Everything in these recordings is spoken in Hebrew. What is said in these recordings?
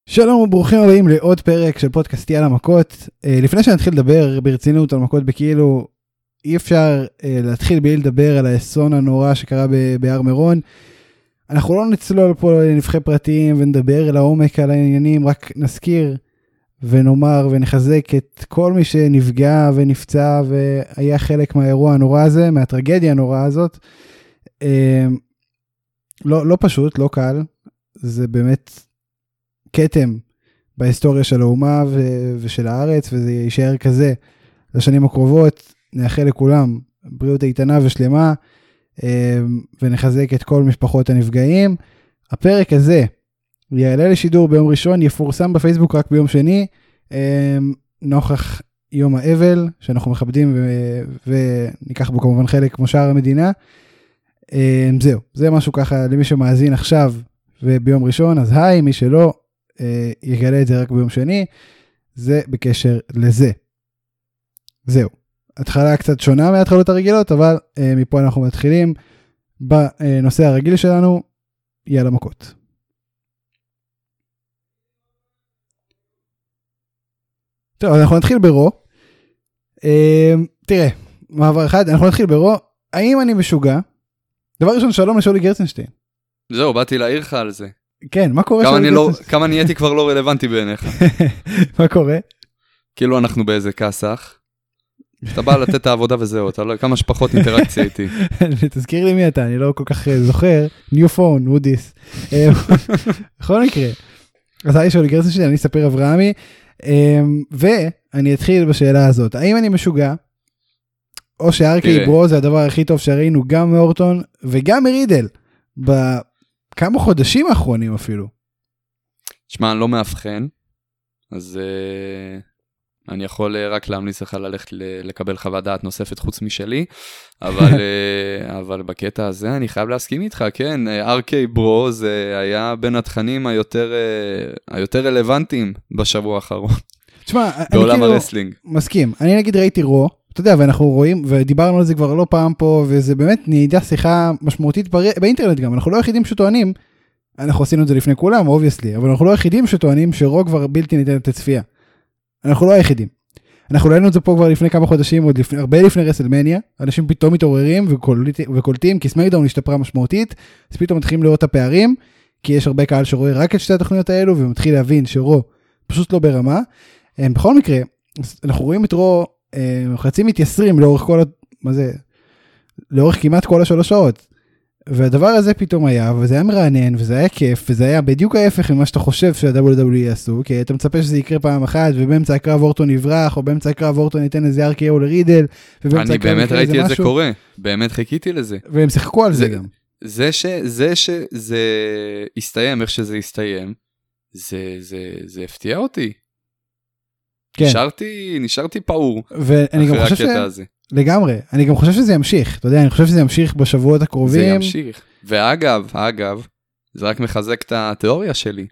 שלום וברוכים הבאים לעוד פרק של פודקאסטי על המכות. לפני שנתחיל לדבר ברצינות על מכות בכאילו, אי אפשר להתחיל בלי לדבר על האסון הנורא שקרה בהר מירון. אנחנו לא נצלול פה לנבחי פרטיים ונדבר לעומק על העניינים, רק נזכיר ונאמר ונחזק את כל מי שנפגע ונפצע והיה חלק מהאירוע הנורא הזה, מהטרגדיה הנוראה הזאת. לא פשוט, לא קל, זה באמת קטם בהיסטוריה של האומה ושל הארץ, וזה יישאר כזה לשנים הקרובות. נאחל לכולם בריאות איתנה ושלמה, ונחזק את כל משפחות הנפגעים. הפרק הזה יעלה לשידור ביום ראשון, יפורסם בפייסבוק רק ביום שני, נוכח יום האבל, שאנחנו מכבדים וניקח בו כמובן חלק כמו שאר המדינה. זהו, זה משהו ככה למי שמאזין עכשיו וביום ראשון, אז היי, מי שלא, יגלה את זה רק ביום שני, זה בקשר לזה. זהו, התחלה קצת שונה מההתחלות הרגילות, אבל מפה אנחנו מתחילים בנושא הרגיל שלנו, יאללה מכות. טוב, אנחנו נתחיל ברו. תראה, מעבר אחד, אנחנו נתחיל ברו. האם אני משוגע? דבר ראשון, שלום לשולי גרצנשטיין. זהו, באתי להעיר לך על זה. כן, מה קורה? כמה נהייתי כבר לא רלוונטי בעיניך. מה קורה? כאילו אנחנו באיזה כסח. אתה בא לתת את העבודה וזהו, אתה לא, כמה שפחות אינטראקציה איתי. תזכיר לי מי אתה, אני לא כל כך זוכר. New phone, who this. בכל מקרה. אז היי שולי גרצנשטיין, אני אספר אברהמי. ואני אתחיל בשאלה הזאת. האם אני משוגע? או שארקי ברו זה הדבר הכי טוב שראינו גם מאורטון וגם מרידל. בכמה חודשים האחרונים אפילו. תשמע, אני לא מאבחן, אז אני יכול רק להמליץ לך ללכת לקבל חוות דעת נוספת חוץ משלי, אבל בקטע הזה אני חייב להסכים איתך, כן, ארקי ברו זה היה בין התכנים היותר רלוונטיים בשבוע האחרון. תשמע, בעולם הרסלינג. מסכים, אני נגיד ראיתי רו, אתה יודע, ואנחנו רואים, ודיברנו על זה כבר לא פעם פה, וזה באמת נהייתה שיחה משמעותית באינטרנט גם, אנחנו לא היחידים שטוענים, אנחנו עשינו את זה לפני כולם, obviously, אבל אנחנו לא היחידים שטוענים שרו כבר בלתי ניתנת לצפייה. אנחנו לא היחידים. אנחנו ראינו את זה פה כבר לפני כמה חודשים, הרבה לפני רסלמניה, אנשים פתאום מתעוררים וקולטים, כי סמקדאון השתפרה משמעותית, אז פתאום מתחילים לראות את הפערים, כי יש הרבה קהל שרואה רק את שתי התוכניות האלו, ומתחיל להבין שרו פשוט לא ברמה. בכל מקרה, אנחנו רואים את רו חצי מתייסרים לאורך לאורך כמעט כל 3 שעות. והדבר הזה פתאום היה, וזה היה מרענן, וזה היה כיף, וזה היה בדיוק ההפך ממה שאתה חושב שה-WWE יעשו, כי אתה מצפה שזה יקרה פעם אחת, ובאמצע הקרב אורטון יברח, או באמצע הקרב אורטון ייתן איזה RKO לרידל, אני באמת ראיתי את זה קורה, באמת חיכיתי לזה. והם שיחקו על זה גם. זה שזה הסתיים, איך שזה הסתיים, זה הפתיע אותי. נשארתי פעור. ואני גם חושב לגמרי, אני גם חושב שזה ימשיך, אתה יודע, אני חושב שזה ימשיך בשבועות הקרובים. זה ימשיך, ואגב, זה רק מחזק את התיאוריה שלי.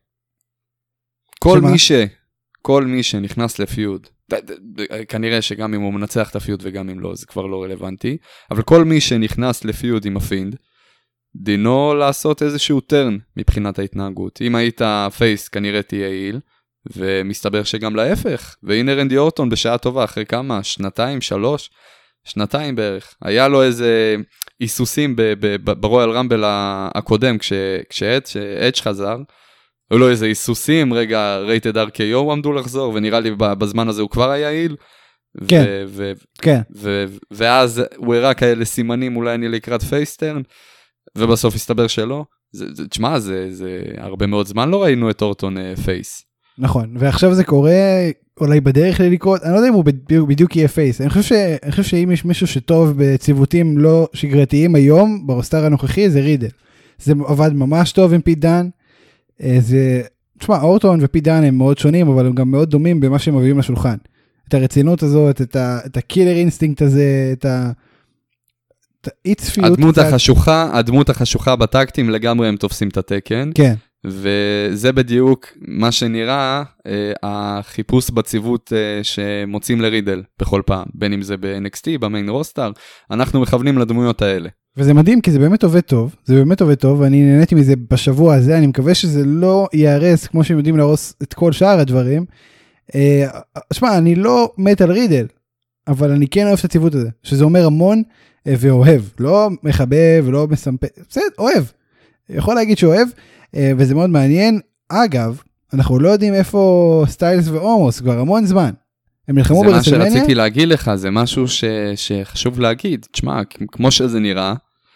כל מי שנכנס לפיוד, כנראה שגם אם הוא מנצח את הפיוד וגם אם לא, זה כבר לא רלוונטי, אבל כל מי שנכנס לפיוד עם הפינד, דינו לעשות איזשהו טרן מבחינת ההתנהגות. אם היית פייס, כנראה תהיה איל, ומסתבר שגם להפך, והנה רנדי אורטון בשעה טובה, אחרי כמה, 2, 3, 2 בערך, היה לו איזה איסוסים ברויאל רמבל הקודם, כשאדג' חזר, היו לו איזה איסוסים, רגע, רייטד RKO עמדו לחזור, ונראה לי בזמן הזה הוא כבר היה איל, כן. ואז הוא הראה כאלה סימנים, אולי אני לקראת פייסטרן, ובסוף הסתבר שלא. תשמע, זה הרבה מאוד זמן לא ראינו את אורטון פייס. נכון, ועכשיו זה קורה, אולי בדרך ללקרות, אני לא יודע אם הוא בדיוק יהיה פייס, אני חושב שאם יש מישהו שטוב בציוותים לא שגרתיים היום, ברוסטר הנוכחי, זה רידל. זה עבד ממש טוב עם פיט דן, תשמע, אורטון ופיט דן הם מאוד שונים, אבל הם גם מאוד דומים במה שהם מביאים לשולחן. את הרצינות הזאת, את הקילר אינסטינקט הזה, את האי-צפיות. הדמות החשוכה בטקטים לגמרי הם תופסים את התקן. כן. וזה בדיוק מה שנראה החיפוש בציוות שמוצאים לרידל בכל פעם, בין אם זה ב-NXT, במיין רוסטר, אנחנו מכוונים לדמויות האלה. וזה מדהים, כי זה באמת עובד טוב, ואני נהניתי מזה בשבוע הזה, אני מקווה שזה לא ייהרס, כמו שהם יודעים להרוס את כל שאר הדברים. שמע, אני לא מת על רידל, אבל אני כן אוהב את הציוות הזה, שזה אומר המון ואוהב, לא מחבב, לא מסמפה, בסדר, אוהב. יכול להגיד שאוהב, וזה מאוד מעניין. אגב, אנחנו לא יודעים איפה סטיילס ואומוס, כבר המון זמן. הם נלחמו ברסלמניה. זה מה שרציתי להגיד לך, זה משהו שחשוב להגיד. תשמע, כמו שזה נראה,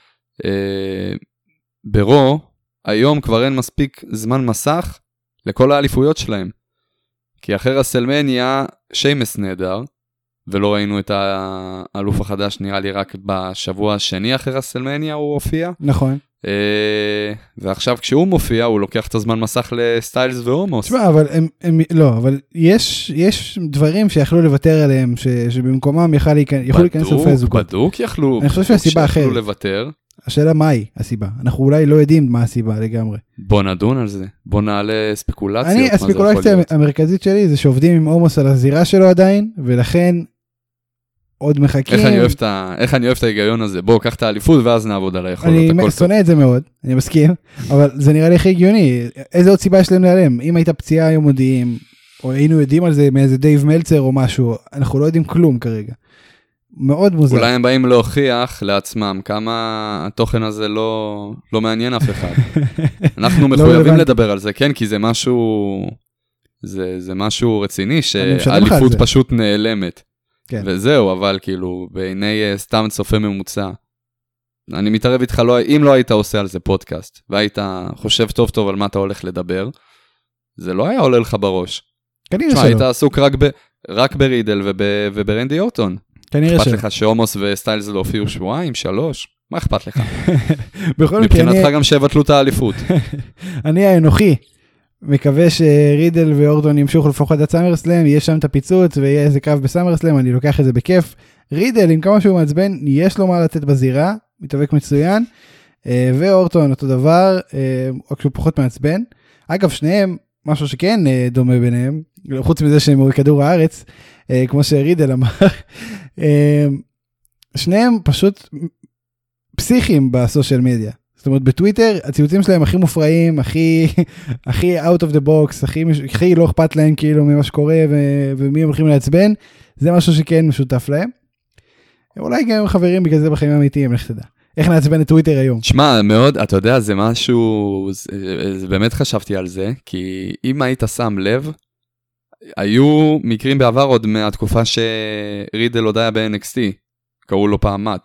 ברו, היום כבר אין מספיק זמן מסך לכל האליפויות שלהם. כי אחרי רסלמניה, שיימס נהדר, ולא ראינו את האלוף החדש, נראה לי רק בשבוע השני אחרי רסלמניה הוא הופיע. נכון. ועכשיו כשהוא מופיע, הוא לוקח את הזמן מסך לסטיילס ואומוס. תשמע, אבל יש דברים שיכלו לוותר עליהם, שבמקומם יכלו להיכנס לפייסבוק. בדוק יכלו. אני חושב שהסיבה אחרת. יכלו לוותר. השאלה מהי הסיבה? אנחנו אולי לא יודעים מה הסיבה לגמרי. בוא נדון על זה. בוא נעלה ספקולציות. הספקולציה המרכזית שלי זה שעובדים עם אומוס על הזירה שלו עדיין, ולכן עוד מחכים. איך אני אוהב את ההיגיון הזה? בוא, קח את האליפות ואז נעבוד על היכולות. אני שונא את זה מאוד, אני מסכים, אבל זה נראה לי הכי הגיוני. איזה עוד סיבה יש להם להיעלם? אם הייתה פציעה היום מודיעים, או היינו יודעים על זה מאיזה דייב מלצר או משהו, אנחנו לא יודעים כלום כרגע. מאוד מוזר. אולי הם באים להוכיח לעצמם כמה התוכן הזה לא מעניין אף אחד. אנחנו מחויבים לדבר על זה, כן, כי זה משהו רציני, שהאליפות פשוט נעלמת. כן. וזהו, אבל כאילו, בעיני סתם צופה ממוצע, אני מתערב איתך, אם לא היית עושה על זה פודקאסט, והיית חושב טוב טוב על מה אתה הולך לדבר, זה לא היה עולה לך בראש. היית עסוק רק ברידל וברנדי אורטון. אכפת לך שאומוס וסטיילס לא הופיעו שבועיים, 3? מה אכפת לך? מבחינתך גם שיבטלו את האליפות. אני האנוכי. מקווה שרידל ואורטון ימשיכו לפחות עד סאמרסלם, יהיה שם את הפיצוץ ויהיה איזה קרב בסאמרסלם, אני לוקח את זה בכיף. רידל, עם כמה שהוא מעצבן, יש לו מה לתת בזירה, מתאבק מצוין, ואורטון אותו דבר, רק שהוא פחות מעצבן. אגב, שניהם, משהו שכן דומה ביניהם, חוץ מזה שהם מכדור הארץ, כמו שרידל אמר, שניהם פשוט פסיכים בסושיאל מדיה. זאת אומרת, בטוויטר, הציוצים שלהם הכי מופרעים, הכי out of the box, הכי לא אכפת להם כאילו ממה שקורה ומי הם הולכים לעצבן, זה משהו שכן משותף להם. אולי גם חברים בגלל זה בחיים האמיתיים, לך תדע. איך נעצבן את טוויטר היום? תשמע, מאוד, אתה יודע, זה משהו, באמת חשבתי על זה, כי אם היית שם לב, היו מקרים בעבר עוד מהתקופה שרידל עוד היה ב-NXT, קראו לו פעם מת.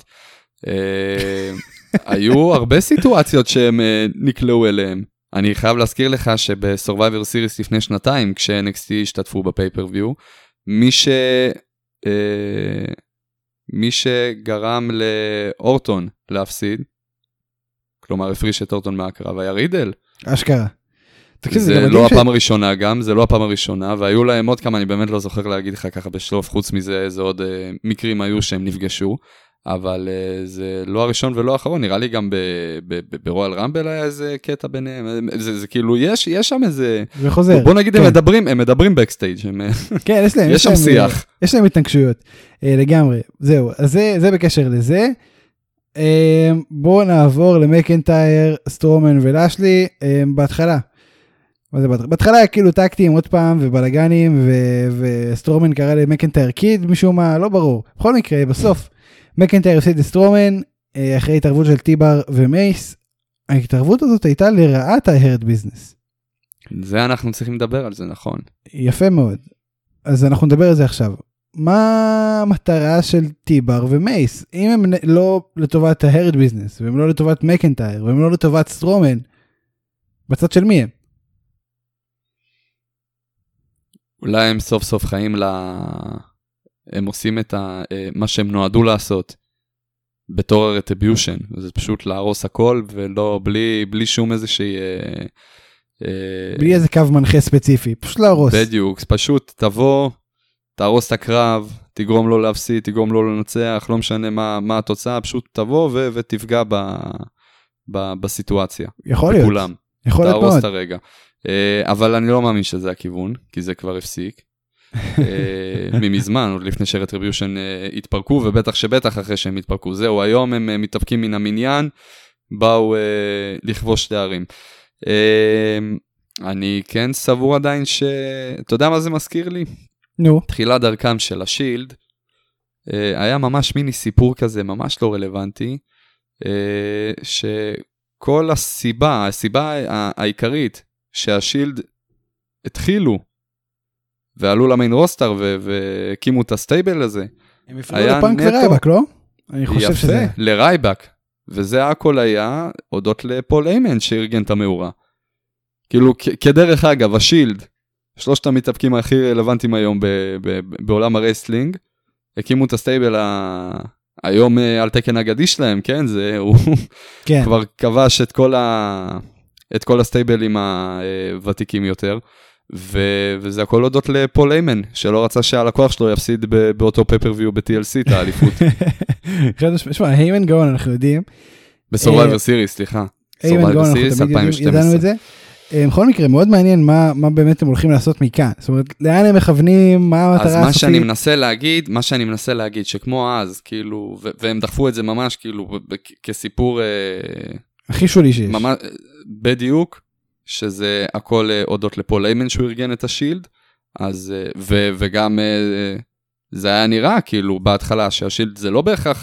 היו הרבה סיטואציות שהם נקלעו אליהם. אני חייב להזכיר לך שבסורווייבר סיריס לפני שנתיים, כש-NXT השתתפו בפייפריוויו, מי שגרם לאורטון להפסיד, כלומר הפריש את אורטון מהקרב, היה רידל. אשכרה. זה לא הפעם הראשונה גם, זה לא הפעם הראשונה, והיו להם עוד כמה, אני באמת לא זוכר להגיד לך ככה בשלוף, חוץ מזה איזה עוד מקרים היו שהם נפגשו, אבל זה לא הראשון ולא האחרון, נראה לי גם ברואל רמבל היה איזה קטע ביניהם, זה כאילו, יש שם איזה, בוא נגיד הם מדברים בקסטייג', כן, יש שם שיח. יש להם התנגשויות, לגמרי, זהו, אז זה בקשר לזה, בואו נעבור למקנטייר, סטרומן ולאשלי, בהתחלה. בהתחלה היה כאילו טקטים עוד פעם ובלגנים, וסטרומן קרא למקנטייר קיד משום מה, לא ברור. בכל מקרה, בסוף, מקנטייר הפסיד לסטרומן, אחרי התערבות של טיבר ומייס, ההתערבות הזאת הייתה לרעת ההרד ביזנס. זה אנחנו צריכים לדבר על זה, נכון. יפה מאוד. אז אנחנו נדבר על זה עכשיו. מה המטרה של טיבר ומייס? אם הם לא לטובת ההרד ביזנס, והם לא לטובת מקנטייר, והם לא לטובת סטרומן, בצד של מי הם? אולי הם סוף סוף חיים הם עושים את מה שהם נועדו לעשות בתור הרטריביושן, זה פשוט להרוס הכל ולא, בלי שום איזושהי בלי איזה קו מנחה ספציפי, פשוט להרוס. בדיוק, פשוט תבוא, תהרוס את הקרב, תגרום לו להפסיד, תגרום לו לנצח, לא משנה מה התוצאה, פשוט תבוא ותפגע בסיטואציה. יכול להיות. בכולם. יכול להיות מאוד. תהרוס את הרגע. אבל אני לא מאמין שזה הכיוון, כי זה כבר הפסיק. ממזמן, עוד לפני שרטריביושן התפרקו, ובטח שבטח אחרי שהם התפרקו. זהו, היום הם מתאבקים מן המניין, באו לכבוש תארים. אני כן סבור עדיין אתה יודע מה זה מזכיר לי? נו. תחילת דרכם של השילד, היה ממש מיני סיפור כזה, ממש לא רלוונטי, שכל הסיבה העיקרית שהשילד התחילו, ועלו למיין רוסטר והקימו את הסטייבל הזה. הם הפנו לפאנק ורייבק, לא? אני חושב שזה. יפה, לרייבק. וזה הכל היה הודות לפול איימן שארגן את המאורה. כאילו, כדרך אגב, השילד, שלושת המתאבקים הכי רלוונטיים היום בעולם הרסלינג, הקימו את הסטייבל היום על תקן אגדי שלהם, כן? הוא כבר כבש את כל הסטייבלים הוותיקים יותר. וזה הכל הודות לפול איימן, שלא רצה שהלקוח שלו יפסיד באותו פייפריוויו ב-TLC את האליפות. שמע, איימן גאון, אנחנו יודעים. בסורווייבר סיריס, סליחה. איימן גאון, אנחנו תמיד ידענו את זה. בכל מקרה, מאוד מעניין מה באמת הם הולכים לעשות מכאן. זאת אומרת, לאן הם מכוונים, מה המטרה הסופית? אז מה שאני מנסה להגיד, שכמו אז, כאילו, והם דחפו את זה ממש, כאילו, כסיפור... הכי שולי שיש. בדיוק. שזה הכל הודות לפול איימן שהוא ארגן את השילד, אז, וגם זה היה נראה כאילו בהתחלה שהשילד זה לא בהכרח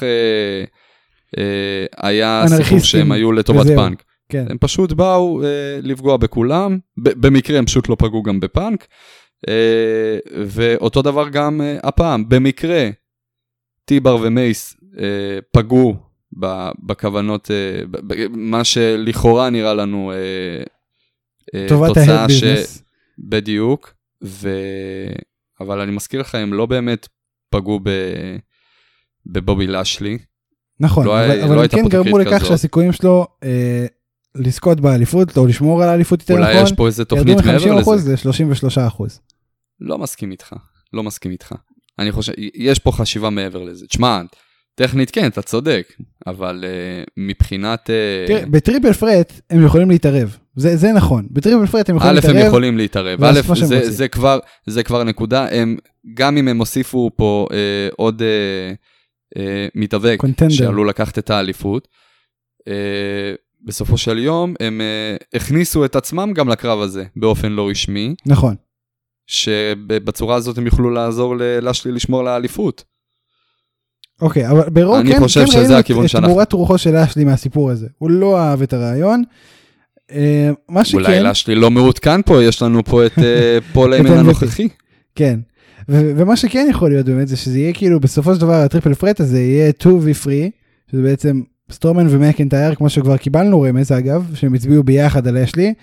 היה סיפור שהם היו לטובת פאנק. כן. הם פשוט באו לפגוע בכולם, במקרה הם פשוט לא פגעו גם בפאנק, ואותו דבר גם הפעם, במקרה טיבר ומייס פגעו בכוונות, מה שלכאורה נראה לנו טובת ההד ביזנס. בדיוק, אבל אני מזכיר לך, הם לא באמת פגעו בבובי לשלי. נכון, אבל הם כן גרמו לכך שהסיכויים שלו לזכות באליפות, או לשמור על האליפות יותר נכון. אולי יש פה איזה תוכנית מעבר לזה. זה 33%. לא מסכים איתך. אני חושב, יש פה חשיבה מעבר לזה. תשמע, טכנית כן, אתה צודק, אבל מבחינת... תראה, בטריפל פרט הם יכולים להתערב. זה נכון. בטריפל פרט הם יכולים להתערב. הם יכולים להתערב. זה כבר נקודה. גם אם הם הוסיפו פה עוד מתאבק שעלו לקחת את האליפות, בסופו של יום הם הכניסו את עצמם גם לקרב הזה, באופן לא רשמי. נכון. שבצורה הזאת הם יוכלו לעזור לשלי לשמור לאליפות. אוקיי, אבל ברור כן ראינו את תמורת רוחו של אשלי מהסיפור הזה. הוא לא אהב את הרעיון. אולי לאשלי לא מעודכן פה, יש לנו פה את פול איימן הנוכחי. כן, ומה שכן יכול להיות באמת זה שזה יהיה כאילו בסופו של דבר הטריפל פרט הזה יהיה 2v3, שזה בעצם סטרומן ומקנטייר, כמו שכבר קיבלנו רמז אגב, שהם הצביעו ביחד על אשלי,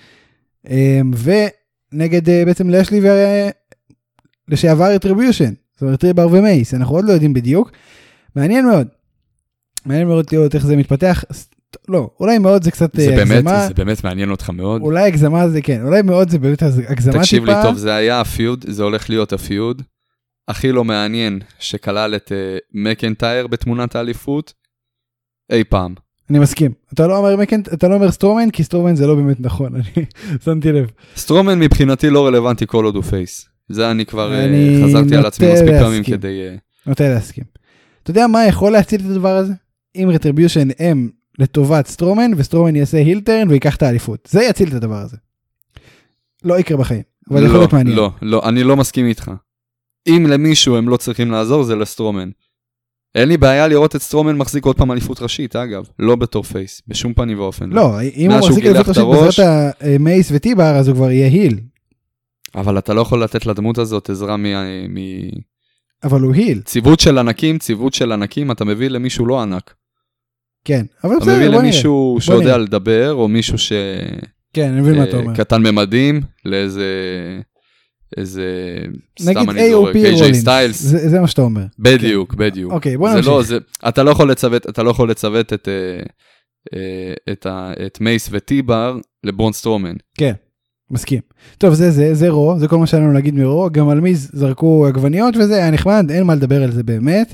ונגד בעצם לאשלי לשעבר רטריביושן, זאת אומרת טריבר ומייס, אנחנו עוד לא יודעים בדיוק, מעניין מאוד לראות איך זה מתפתח, לא, אולי מאוד זה קצת הגזמה. זה באמת מעניין אותך מאוד. אולי הגזמה זה כן, אולי מאוד זה באמת הגזמה טיפה. תקשיב לי טוב, זה היה הפיוד, זה הולך להיות הפיוד, הכי לא מעניין שכלל את מקנטייר בתמונת האליפות, אי פעם. אני מסכים. אתה לא אומר סטרומן, כי סטרומן זה לא באמת נכון, אני שמתי לב. סטרומן מבחינתי לא רלוונטי כל עוד הוא פייס. זה אני כבר חזרתי על עצמי מספיק פעמים כדי... נוטה להסכים. אתה יודע מה יכול להציל את הדבר הזה? אם רטריביושן הם לטובת סטרומן, וסטרומן יעשה הילטרן ויקח את האליפות. זה יציל את הדבר הזה. לא יקרה בחיים, אבל יכול להיות מעניין. לא, אני לא מסכים איתך. אם למישהו הם לא צריכים לעזור, זה לסטרומן. אין לי בעיה לראות את סטרומן מחזיק עוד פעם אליפות ראשית, אגב. לא בתור פייס, בשום פנים ואופן. לא, אם הוא מחזיק אליפות ראשית בעזרת המייס וטיבר, אז הוא כבר יהיה היל. אבל אתה לא יכול לתת לדמות הזאת עזרה אבל הוא היל. ציוות של ענקים, אתה מביא למישהו לא ענק. כן, אבל בסדר, בוא נראה. אתה מביא למישהו שיודע לדבר, או מישהו כן, אני מבין מה אתה אומר. קטן ממדים, לאיזה... נגיד AOP רולינס, זה מה שאתה אומר. בדיוק. אוקיי, בוא נמשיך. אתה לא יכול לצוות את מייס וטיבר לברון סטרומן. כן, מסכים. טוב, זה רו, זה כל מה שלנו להגיד מרו, גם על מי זרקו עגבניות וזה היה נחמד, אין מה לדבר על זה באמת.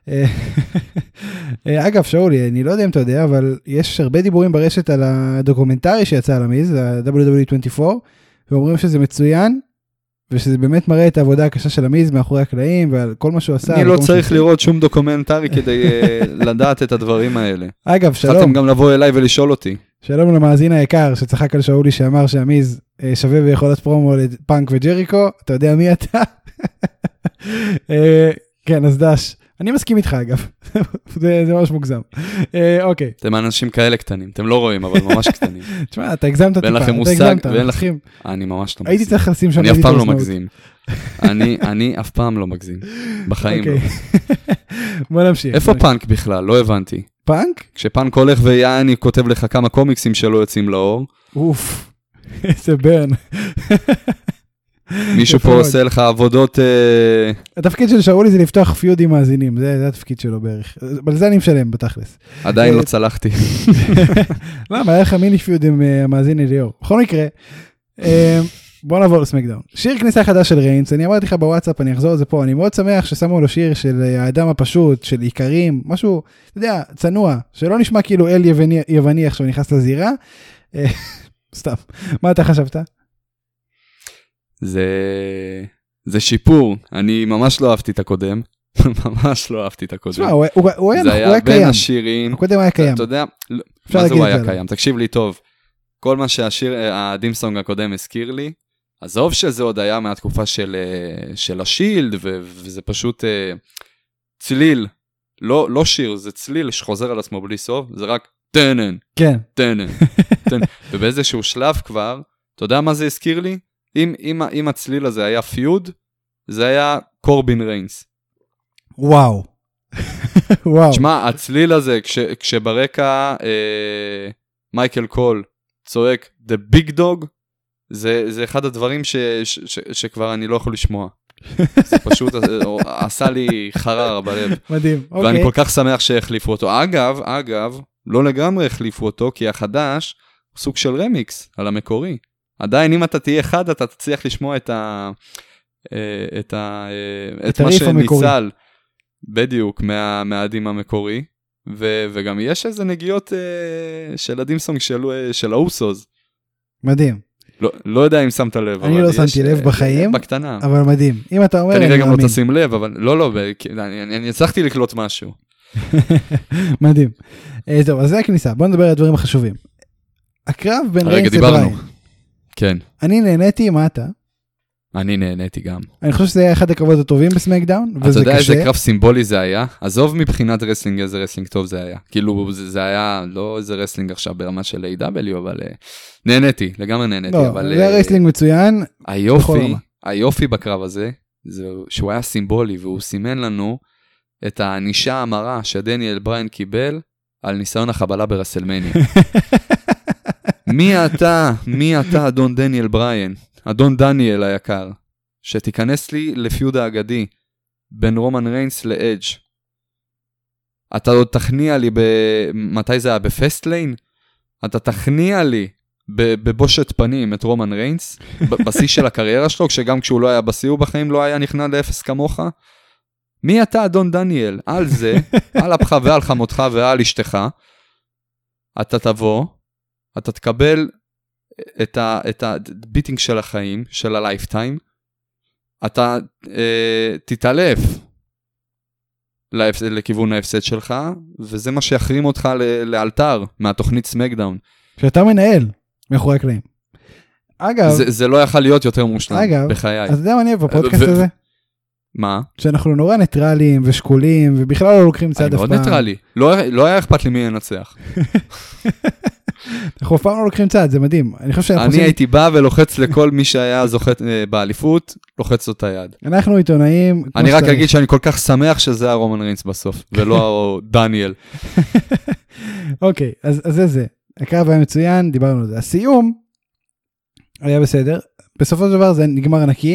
אגב, שאולי, אני לא יודע אם אתה יודע, אבל יש הרבה דיבורים ברשת על הדוקומנטרי שיצא על המיז, ה-WWE24, ואומרים שזה מצוין, ושזה באמת מראה את העבודה הקשה של המיז מאחורי הקלעים, ועל כל מה שהוא עשה. אני לא צריך לראות שום דוקומנטרי כדי לדעת את הדברים האלה. אגב, שלום. צריכתם גם לבוא אליי ולשאול אותי. שלום למאזין היקר שצחק על שאולי שאמר שהמיז שווה ביכולת פרומו לפאנק וג'ריקו, אתה יודע מי אתה? כן, אז דש. אני מסכים איתך אגב, זה ממש מוגזם. אוקיי. אתם אנשים כאלה קטנים, אתם לא רואים, אבל ממש קטנים. תשמע, אתה הגזמת טיפה, ואין לכם מושג, ואין לכם... אני ממש לא מגזים. הייתי צריך לשים שם... אני אף פעם לא מגזים. אני אף פעם לא מגזים. בחיים לא. בוא נמשיך. איפה פאנק בכלל? לא הבנתי. פאנק? כשפאנק הולך ויעני כותב לך כמה קומיקסים שלא יוצאים לאור. אוף, איזה ברן. מישהו פה עושה לך עבודות... התפקיד של שאולי זה לפתוח פיוד עם מאזינים, זה התפקיד שלו בערך. אבל זה אני משלם בתכלס. עדיין לא צלחתי. למה, היה לך מיני פיוד עם המאזין אליאור. בכל מקרה, בוא נעבור לסמקדאון. שיר כניסה חדש של ריינס, אני אמרתי לך בוואטסאפ, אני אחזור על זה פה, אני מאוד שמח ששמו לו שיר של האדם הפשוט, של עיקרים, משהו, אתה יודע, צנוע, שלא נשמע כאילו אל יווני עכשיו נכנס לזירה. סתם, מה אתה חשבת? זה שיפור, אני ממש לא אהבתי את הקודם, ממש לא אהבתי את הקודם. תשמע, הוא היה קיים. זה היה בין השירים. הקודם היה קיים. אתה יודע, מה זה הוא היה קיים? תקשיב לי טוב. כל מה שהשיר, הדימסונג הקודם הזכיר לי, עזוב שזה עוד היה מהתקופה של השילד, וזה פשוט צליל, לא שיר, זה צליל שחוזר על עצמו בלי סוף, זה רק טנן, כן. טנן, ובאיזשהו שלב כבר, אתה יודע מה זה הזכיר לי? אם הצליל הזה היה פיוד, זה היה קורבין ריינס. וואו. וואו. תשמע, הצליל הזה, כשברקע מייקל קול צועק, The Big Dog, זה אחד הדברים שכבר אני לא יכול לשמוע. זה פשוט עשה לי חרר בלב. מדהים, אוקיי. ואני כל כך שמח שהחליפו אותו. אגב, לא לגמרי החליפו אותו, כי החדש הוא סוג של רמיקס על המקורי. עדיין אם אתה תהיה אחד, אתה תצליח לשמוע את מה שניצל בדיוק מהעדים המקורי, וגם יש איזה נגיעות של הדימסונג של האוסוז. מדהים. לא יודע אם שמת לב. אני לא שמתי לב בחיים, בקטנה. אבל מדהים. אם אתה אומר, כנראה גם לא תשים לב, אבל לא, אני הצלחתי לקלוט משהו. מדהים. טוב, אז זה הכניסה. בוא נדבר על הדברים החשובים. הקרב בין ריינס לבריין. כן. אני נהניתי, מה אתה? אני נהניתי גם. אני חושב שזה היה אחד הקרבות הטובים בסמקדאון, אתה יודע איזה קרב סימבולי זה היה? עזוב מבחינת רסלינג, איזה רסלינג טוב זה היה. כאילו זה היה לא איזה רסלינג עכשיו ברמה של A.W, אבל נהניתי, לגמרי נהניתי. לא, זה היה רסלינג מצוין. היופי בקרב הזה, זה שהוא היה סימבולי, והוא סימן לנו את הענישה המרה שדניאל בריין קיבל על ניסיון החבלה ברסלמניה. מי אתה, אדון דניאל בריין? אדון דניאל היקר, שתיכנס לי לפיוד האגדי בין רומן ריינס לאדג'. אתה עוד תכניע לי מתי זה היה? בפסטליין? אתה תכניע לי בבושת פנים את רומן ריינס, בשיא של הקריירה שלו, כשגם כשהוא לא היה בשיא הוא בחיים לא היה נכנע לאפס כמוך. מי אתה, אדון דניאל? על זה, על אפך ועל חמותך ועל אשתך, אתה תבוא, אתה תקבל את הביטינג של החיים, של הלייפטיים, אתה תתעלף לכיוון ההפסד שלך, וזה מה שיחרים אותך לאלתר מהתוכנית סמקדאון. שאתה מנהל מאחורי הקלעים. אגב... זה לא יכול להיות יותר מושלם בחיי. אז אתה יודע מה אני אוהב בפודקאסט הזה? מה? שאנחנו נורא ניטרליים ושקולים, ובכלל לא לוקחים צד אף פעם. אני מאוד ניטרלי. לא היה אכפת לי מי ינצח. אנחנו אף פעם לא לוקחים צד, זה מדהים. אני הייתי בא ולוחץ לכל מי שהיה זוכה באליפות, לוחץ לו את היד. אנחנו עיתונאים. אני רק אגיד שאני כל כך שמח שזה היה רומן ריינס בסוף, ולא דניאל. אוקיי, אז זה. הקרב היה מצוין, דיברנו על זה. הסיום היה בסדר. בסופו של דבר זה נגמר נקי.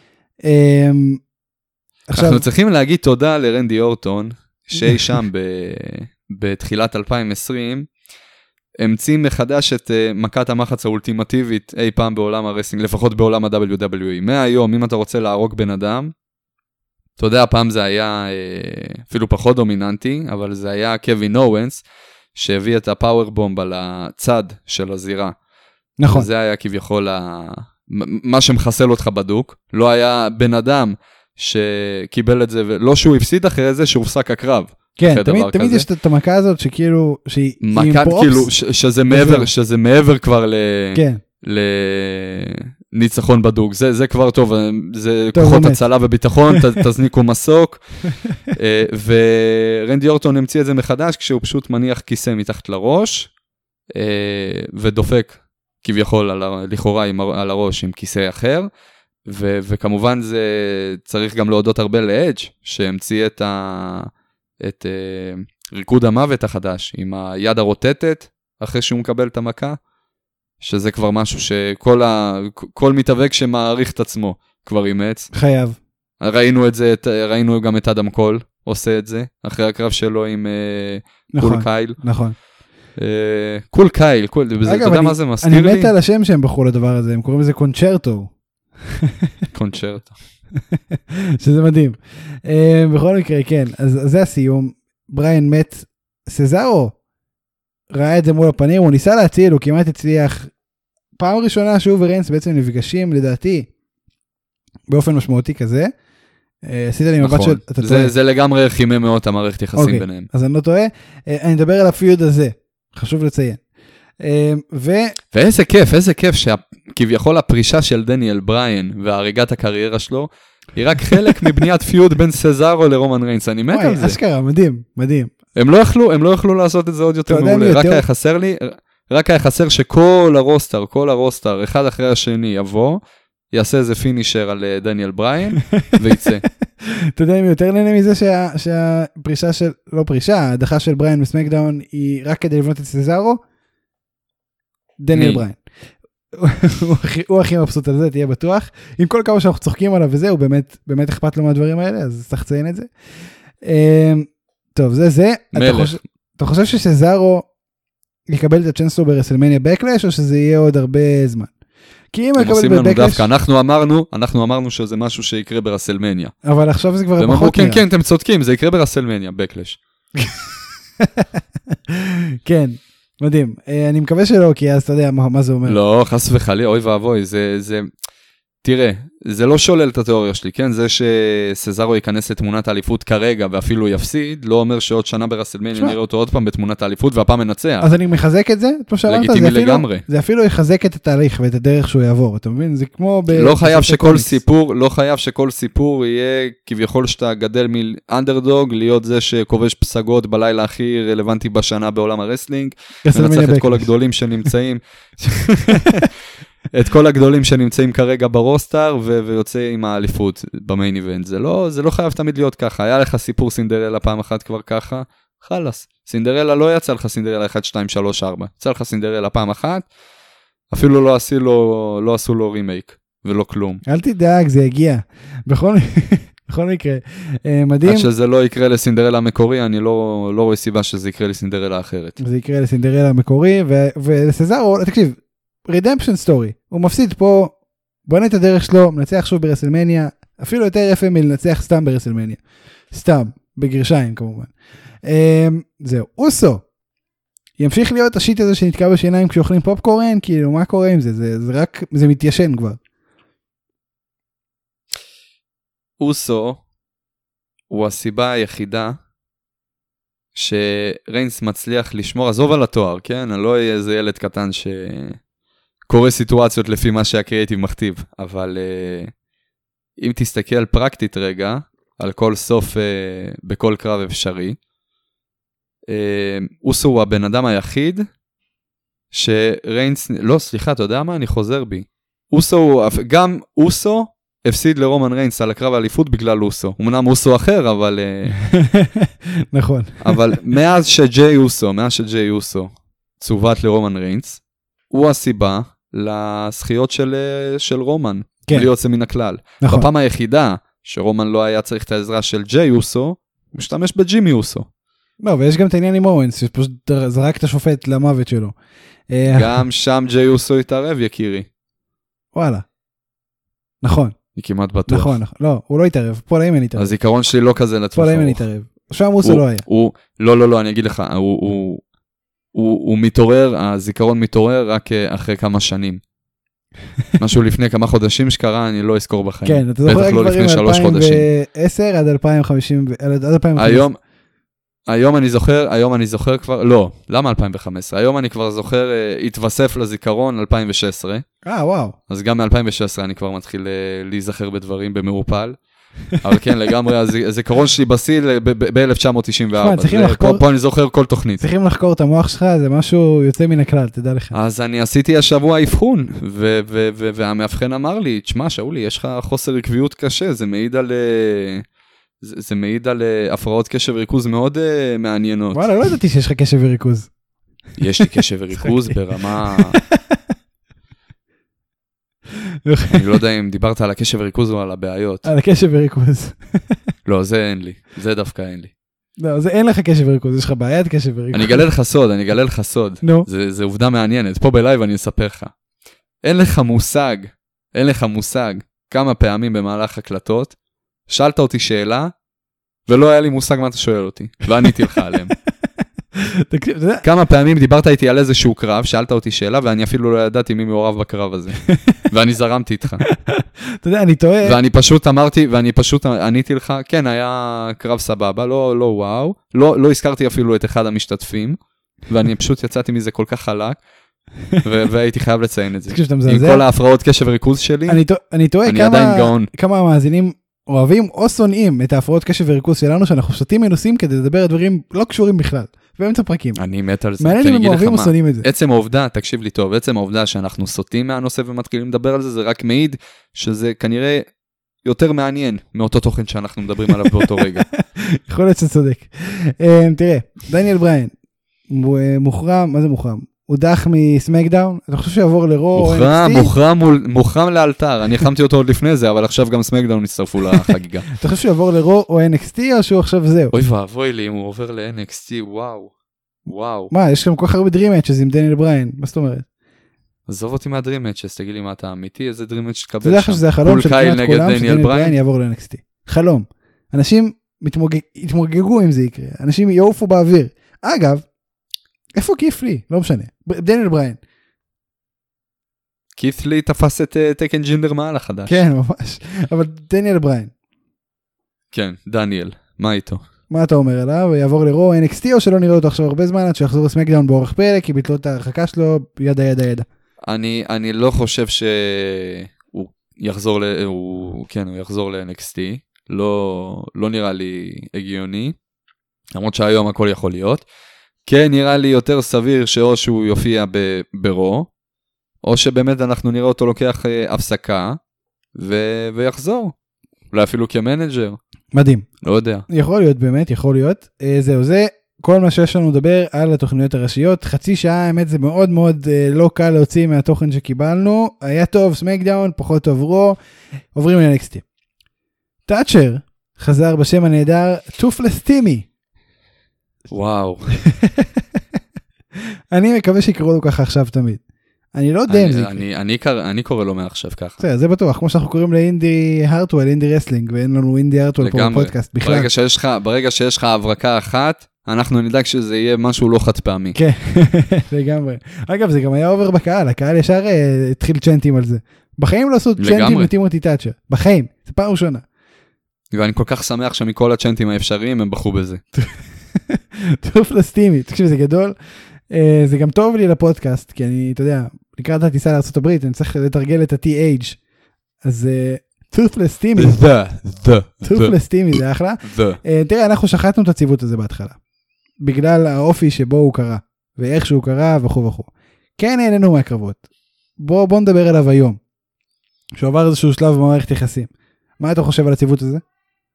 אנחנו צריכים להגיד תודה לרנדי אורטון, שהיא שם בתחילת 2020, המציא מחדש את מכת המחץ האולטימטיבית אי פעם בעולם הרסלינג, לפחות בעולם ה-WWE. מהיום, אם אתה רוצה להרוג בן אדם, אתה יודע, הפעם זה היה אפילו פחות דומיננטי, אבל זה היה קווין אוונס, שהביא את הפאוור בומב על הצד של הזירה. נכון. וזה היה כביכול מה שמחסל אותך בדוק, לא היה בן אדם שקיבל את זה, ולא שהוא הפסיד אחרי זה, שהופסק הקרב. כן, תמיד יש את המכה הזאת שכאילו, שהיא מכת כאילו, שזה מעבר כבר לניצחון בדוק, זה כבר טוב, זה כוחות הצלה וביטחון, תזניקו מסוק, ורנדי אורטון המציא את זה מחדש, כשהוא פשוט מניח כיסא מתחת לראש, ודופק כביכול לכאורה על הראש עם כיסא אחר, וכמובן זה צריך גם להודות הרבה לאדג' שהמציא את ריקוד המוות החדש, עם היד הרוטטת, אחרי שהוא מקבל את המכה, שזה כבר משהו שכל מתאבק שמעריך את עצמו כבר אימץ. חייב. ראינו גם את אדם קול עושה את זה, אחרי הקרב שלו עם קול קייל. נכון. קול קייל, אתה יודע מה זה מזכיר לי? אני מת על השם שהם בחרו לדבר הזה, הם קוראים לזה קונצ'רטו. קונצ'רטו. שזה מדהים. בכל מקרה, כן, אז זה הסיום. בריין מת, סזארו ראה את זה מול הפנים, הוא ניסה להציל, הוא כמעט הצליח. פעם ראשונה שהוא וריינס בעצם נפגשים, לדעתי, באופן משמעותי כזה. עשית לי מבט של... זה לגמרי חימם מאוד המערכת יחסים ביניהם. אז אני לא טועה. אני אדבר על הפיוד הזה, חשוב לציין. ואיזה כיף שכביכול הפרישה של דניאל בריין והריגת הקריירה שלו, היא רק חלק מבניית פיוד בין סזארו לרומן ריינס, אני מת על זה. אשכרה, מדהים, מדהים. הם לא יכלו לעשות את זה עוד יותר מעולה, רק היה חסר שכל הרוסטר, אחד אחרי השני יבוא, יעשה איזה פינישר על דניאל בריין, ויצא. אתה יודע אם יותר נהנה מזה שהפרישה של, לא פרישה, ההדחה של בריין בסמקדאון היא רק כדי לבנות את סזארו? דניאל בריין. הוא הכי מבסוט על זה, תהיה בטוח. עם כל כמה שאנחנו צוחקים עליו וזה, הוא באמת אכפת לו מהדברים האלה, אז צריך לציין את זה. טוב, זה. מלך. אתה חושב שסזארו יקבל את הצ'אנסו ברסלמניה בקלאש, או שזה יהיה עוד הרבה זמן? כי אם יקבל בבקלאש... אנחנו אמרנו שזה משהו שיקרה ברסלמניה. אבל עכשיו זה כבר פחות נראה. כן, אתם צודקים, זה יקרה ברסלמניה, בקלאש. כן. מדהים, אני מקווה שלא, כי אז אתה יודע מה זה אומר. לא, חס וחלילה, אוי ואבוי, תראה, זה לא שולל את התיאוריה שלי, כן? זה שסזארו ייכנס לתמונת האליפות כרגע, ואפילו יפסיד, לא אומר שעוד שנה ברסלמניה נראה אותו עוד פעם בתמונת האליפות, והפעם מנצח. אז אני מחזק את זה, לגיטימי לגמרי. זה אפילו יחזק את התהליך ואת הדרך שהוא יעבור, אתה מבין? זה כמו... לא חייב שכל סיפור יהיה כביכול שאתה גדל מאנדרדוג, להיות זה שכובש פסגות בלילה הכי רלוונטי בשנה בעולם הרסלינג, מנצח את כל הגדולים שנמצאים. את כל הגדולים שנמצאים כרגע ברוסטר, ויוצא עם האליפות במיין איבנט. זה לא חייב תמיד להיות ככה. היה לך סיפור סינדרלה פעם אחת כבר ככה, חלס. סינדרלה לא יצא לך סינדרלה 1, 2, 3, 4. יצא לך סינדרלה פעם אחת, אפילו לא עשו לו רימייק, ולא כלום. אל תדאג, זה יגיע. בכל מקרה, מדהים. עד שזה לא יקרה לסינדרלה המקורי, אני לא רואה סיבה שזה יקרה לסינדרלה אחרת. זה יקרה לסינדרלה המקורי, ולסזארו, תקשיב, redemption story, הוא מפסיד פה, בונה את הדרך שלו, מנצח שוב ברסלמניה, אפילו יותר יפה מלנצח סתם ברסלמניה, סתם, בגרשיים כמובן. זהו, אוסו, ימשיך להיות השיט הזה שנתקע בשיניים כשאוכלים פופקורן, כאילו מה קורה עם זה? זה רק, זה מתיישן כבר. אוסו, הוא הסיבה היחידה, שריינס מצליח לשמור, עזוב על התואר, כן? אני לא אהיה איזה ילד קטן קורא סיטואציות לפי מה שהקריאטיב מכתיב, אבל אם תסתכל פרקטית רגע, על כל סוף בכל קרב אפשרי, אוסו הוא הבן אדם היחיד, שריינס, לא סליחה, אתה יודע מה? אני חוזר בי. גם אוסו הפסיד לרומן ריינס על הקרב האליפות בגלל אוסו. הוא מנם אוסו אחר, אבל... נכון. אבל מאז שג'יי אוסו צוות לרומן ריינס, הוא הסיבה לזכיות של רומן, כן. בלי יוצא מן הכלל. נכון. בפעם היחידה שרומן לא היה צריך את העזרה של ג'יי אוסו, הוא משתמש בג'ימי אוסו. לא, ויש גם את העניין עם אורנס, שפשוט זרק את השופט למוות שלו. גם שם ג'יי אוסו התערב, יקירי. וואלה. נכון. אני כמעט בטוח. נכון. לא, הוא לא התערב, פול איימן התערב. הזיכרון שלי לא כזה לטווח. פול איימן התערב. שם אוסו לא היה. לא, אני אגיד לך, הוא מתעורר, הזיכרון מתעורר רק אחרי כמה שנים. משהו לפני כמה חודשים שקרה, אני לא אזכור בחיים. כן, אתה זוכר בטח לא לפני 3 חודשים. 2010 עד 2050, עד 2015. היום אני זוכר כבר, לא, למה 2015? היום אני כבר זוכר, התווסף לזיכרון 2016. וואו. אז גם מ-2016 אני כבר מתחיל להיזכר בדברים במעופל. אבל כן, לגמרי, הזיכרון שלי בסיל ב-1994. פה אני זוכר כל תוכנית. צריכים לחקור את המוח שלך, זה משהו יוצא מן הכלל, תדע לך. אז אני עשיתי השבוע אבחון, והמאבחן אמר לי, תשמע, שאולי, יש לך חוסר עקביות קשה, זה מעיד על הפרעות קשב וריכוז מאוד מעניינות. וואלה, לא ידעתי שיש לך קשב וריכוז. יש לי קשב וריכוז ברמה... אני לא יודע אם דיברת על הקשב וריכוז או על הבעיות. על הקשב וריכוז. לא, זה אין לי. זה דווקא אין לי. לא, זה אין לך קשב וריכוז, יש לך בעיית קשב וריכוז. אני אגלה לך סוד. זה עובדה מעניינת. פה בלייב אני אספר לך. אין לך מושג כמה פעמים במהלך הקלטות, שאלת אותי שאלה, ולא היה לי מושג מה אתה שואל אותי. ועניתי לך עליהם. כמה פעמים דיברת איתי על איזשהו קרב, שאלת אותי שאלה, ואני אפילו לא ידעתי מי מעורב בקרב הזה. ואני זרמתי איתך. אתה יודע, אני טועה. ואני פשוט עניתי לך, כן, היה קרב סבבה, לא וואו, לא הזכרתי אפילו את אחד המשתתפים, ואני פשוט יצאתי מזה כל כך חלק, והייתי חייב לציין את זה. עם כל ההפרעות קשב וריכוז שלי, אני טועה כמה המאזינים אוהבים או שונאים את ההפרעות קשב וריכוז שלנו, שאנחנו שותים מנוסים כדי לדבר על דברים לא קשורים בכלל. באמצע פרקים. אני מת על זה. מעניין אם הם אוהבים או שונאים את זה. עצם העובדה, תקשיב לי טוב, עצם העובדה שאנחנו סוטים מהנושא ומתחילים לדבר על זה, זה רק מעיד שזה כנראה יותר מעניין מאותו תוכן שאנחנו מדברים עליו באותו רגע. יכול להיות שצודק. תראה, דניאל בריין, מוחרם, מה זה מוחרם? הוא דח מסמקדאון, אתה חושב שיעבור לרו? מוחרם לאלתר, אני החמתי אותו עוד לפני זה, אבל עכשיו גם סמקדאון הצטרפו לחגיגה. אתה חושב שיעבור לרו או NXT או שהוא עכשיו זהו? אוי ואבוי לי אם הוא עובר ל-NXT, וואו. מה, יש לכם כל כך הרבה Dream Matches עם דניאל בריין, מה זאת אומרת? עזוב אותי מה-Dream Matches, תגיד לי מה אתה אמיתי, איזה Dream Match תקבל שם? אתה יודע שזה החלום של כמעט כולם, שדניאל בריין יעבור ל-NXT. חלום. אנשים יתמוגגו אם זה יקרה, אנשים יעופו באוויר. אגב, איפה כיף לי? לא משנה. דניאל בריין. כיף לי תפס את תקן ג'ינדר מעל החדש. כן, ממש. אבל דניאל בריין. כן, דניאל. מה איתו? מה אתה אומר עליו? יעבור לרו, NXT או שלא נראה אותו עכשיו הרבה זמן, עד שיחזור לסמקדאון באורך פרק, כי ביטלו את ההרחקה שלו, ידה. אני לא חושב שהוא יחזור הוא יחזור ל-NXT. לא נראה לי הגיוני. למרות שהיום הכל יכול להיות. כן, נראה לי יותר סביר שאו שהוא יופיע ברו, או שבאמת אנחנו נראה אותו לוקח הפסקה, ויחזור. אולי אפילו כמנג'ר. מדהים. לא יודע. יכול להיות באמת, יכול להיות. זהו, זה כל מה שיש לנו לדבר על התוכניות הראשיות. חצי שעה, האמת, זה מאוד מאוד לא קל להוציא מהתוכן שקיבלנו. היה טוב, סמקדאון, פחות טוב רו. עוברים ל-NXT. טאצ'ר חזר בשם הנהדר, טופלס טימי. וואו. אני מקווה שיקראו לו ככה עכשיו תמיד. אני לא יודע אם זה יקרה. אני קורא לו מעכשיו ככה. זה בטוח, כמו שאנחנו קוראים לאינדי הרטוול, אינדי רסלינג, ואין לנו אינדי הרטוול פה בפודקאסט בכלל. ברגע שיש לך הברקה אחת, אנחנו נדאג שזה יהיה משהו לא חד פעמי. כן, לגמרי. אגב, זה גם היה עובר בקהל, הקהל ישר התחיל צ'נטים על זה. בחיים לא עשו צ'נטים לטימותי טאצ'ר. בחיים, זה פעם ראשונה. ואני כל כך שמח שמכל הצ'נטים האפשריים הם בחרו בזה. טופלס טימי, תקשיב, זה גדול. זה גם טוב לי לפודקאסט, כי אני, אתה יודע, לקראת הטיסה לארצות הברית, אני צריך לתרגל את ה-TH. אז טופלס טימי. טופלס טימי, זה אחלה. תראה, אנחנו שחטנו את הציוות הזה בהתחלה. בגלל האופי שבו הוא קרה, ואיך שהוא קרה וכו' וכו'. כן, נהנינו מהקרבות. בוא נדבר עליו היום. שהוא עבר איזשהו שלב במערכת יחסים. מה אתה חושב על הציוות הזה?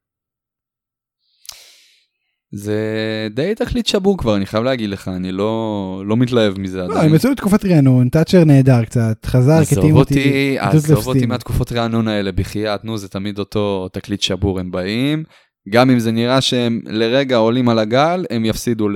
זה די תכלית שבור כבר, אני חייב להגיד לך, אני לא מתלהב מזה עדיין. הם יצאו לתקופת רענון, טאצ'ר נהדר קצת, חזר כטימותי. עזוב אותי מהתקופות רענון האלה, בחייאת, נו, זה תמיד אותו תכלית שבור, הם באים, גם אם זה נראה שהם לרגע עולים על הגל, הם יפסידו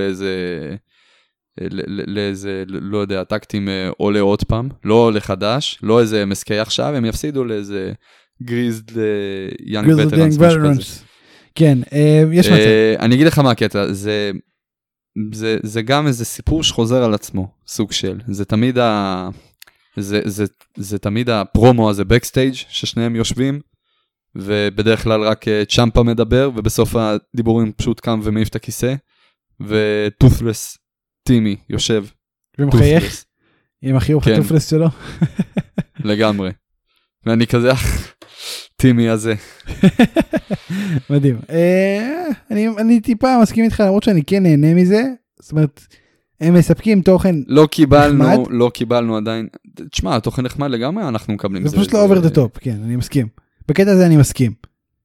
לאיזה, לא יודע, טקטים עולה עוד פעם, לא לחדש, לא איזה מסקי עכשיו, הם יפסידו לאיזה גריזד יאנג וטרנס. כן, יש מצב. אני אגיד לך מה הקטע, זה גם איזה סיפור שחוזר על עצמו, סוג של, זה תמיד זה תמיד הפרומו הזה בקסטייג' ששניהם יושבים, ובדרך כלל רק צ'מפה מדבר, ובסוף הדיבורים פשוט קם ומעיף את הכיסא, וטופלס טימי יושב. ומחייך עם החיוך הטופלס שלו. לגמרי. ואני כזה, טימי הזה. מדהים. אני טיפה מסכים איתך, למרות שאני כן נהנה מזה, זאת אומרת, הם מספקים תוכן נחמד. לא קיבלנו עדיין, תשמע, התוכן נחמד לגמרי, אנחנו מקבלים. זה פשוט לא over the top, כן, אני מסכים. בקטע הזה אני מסכים.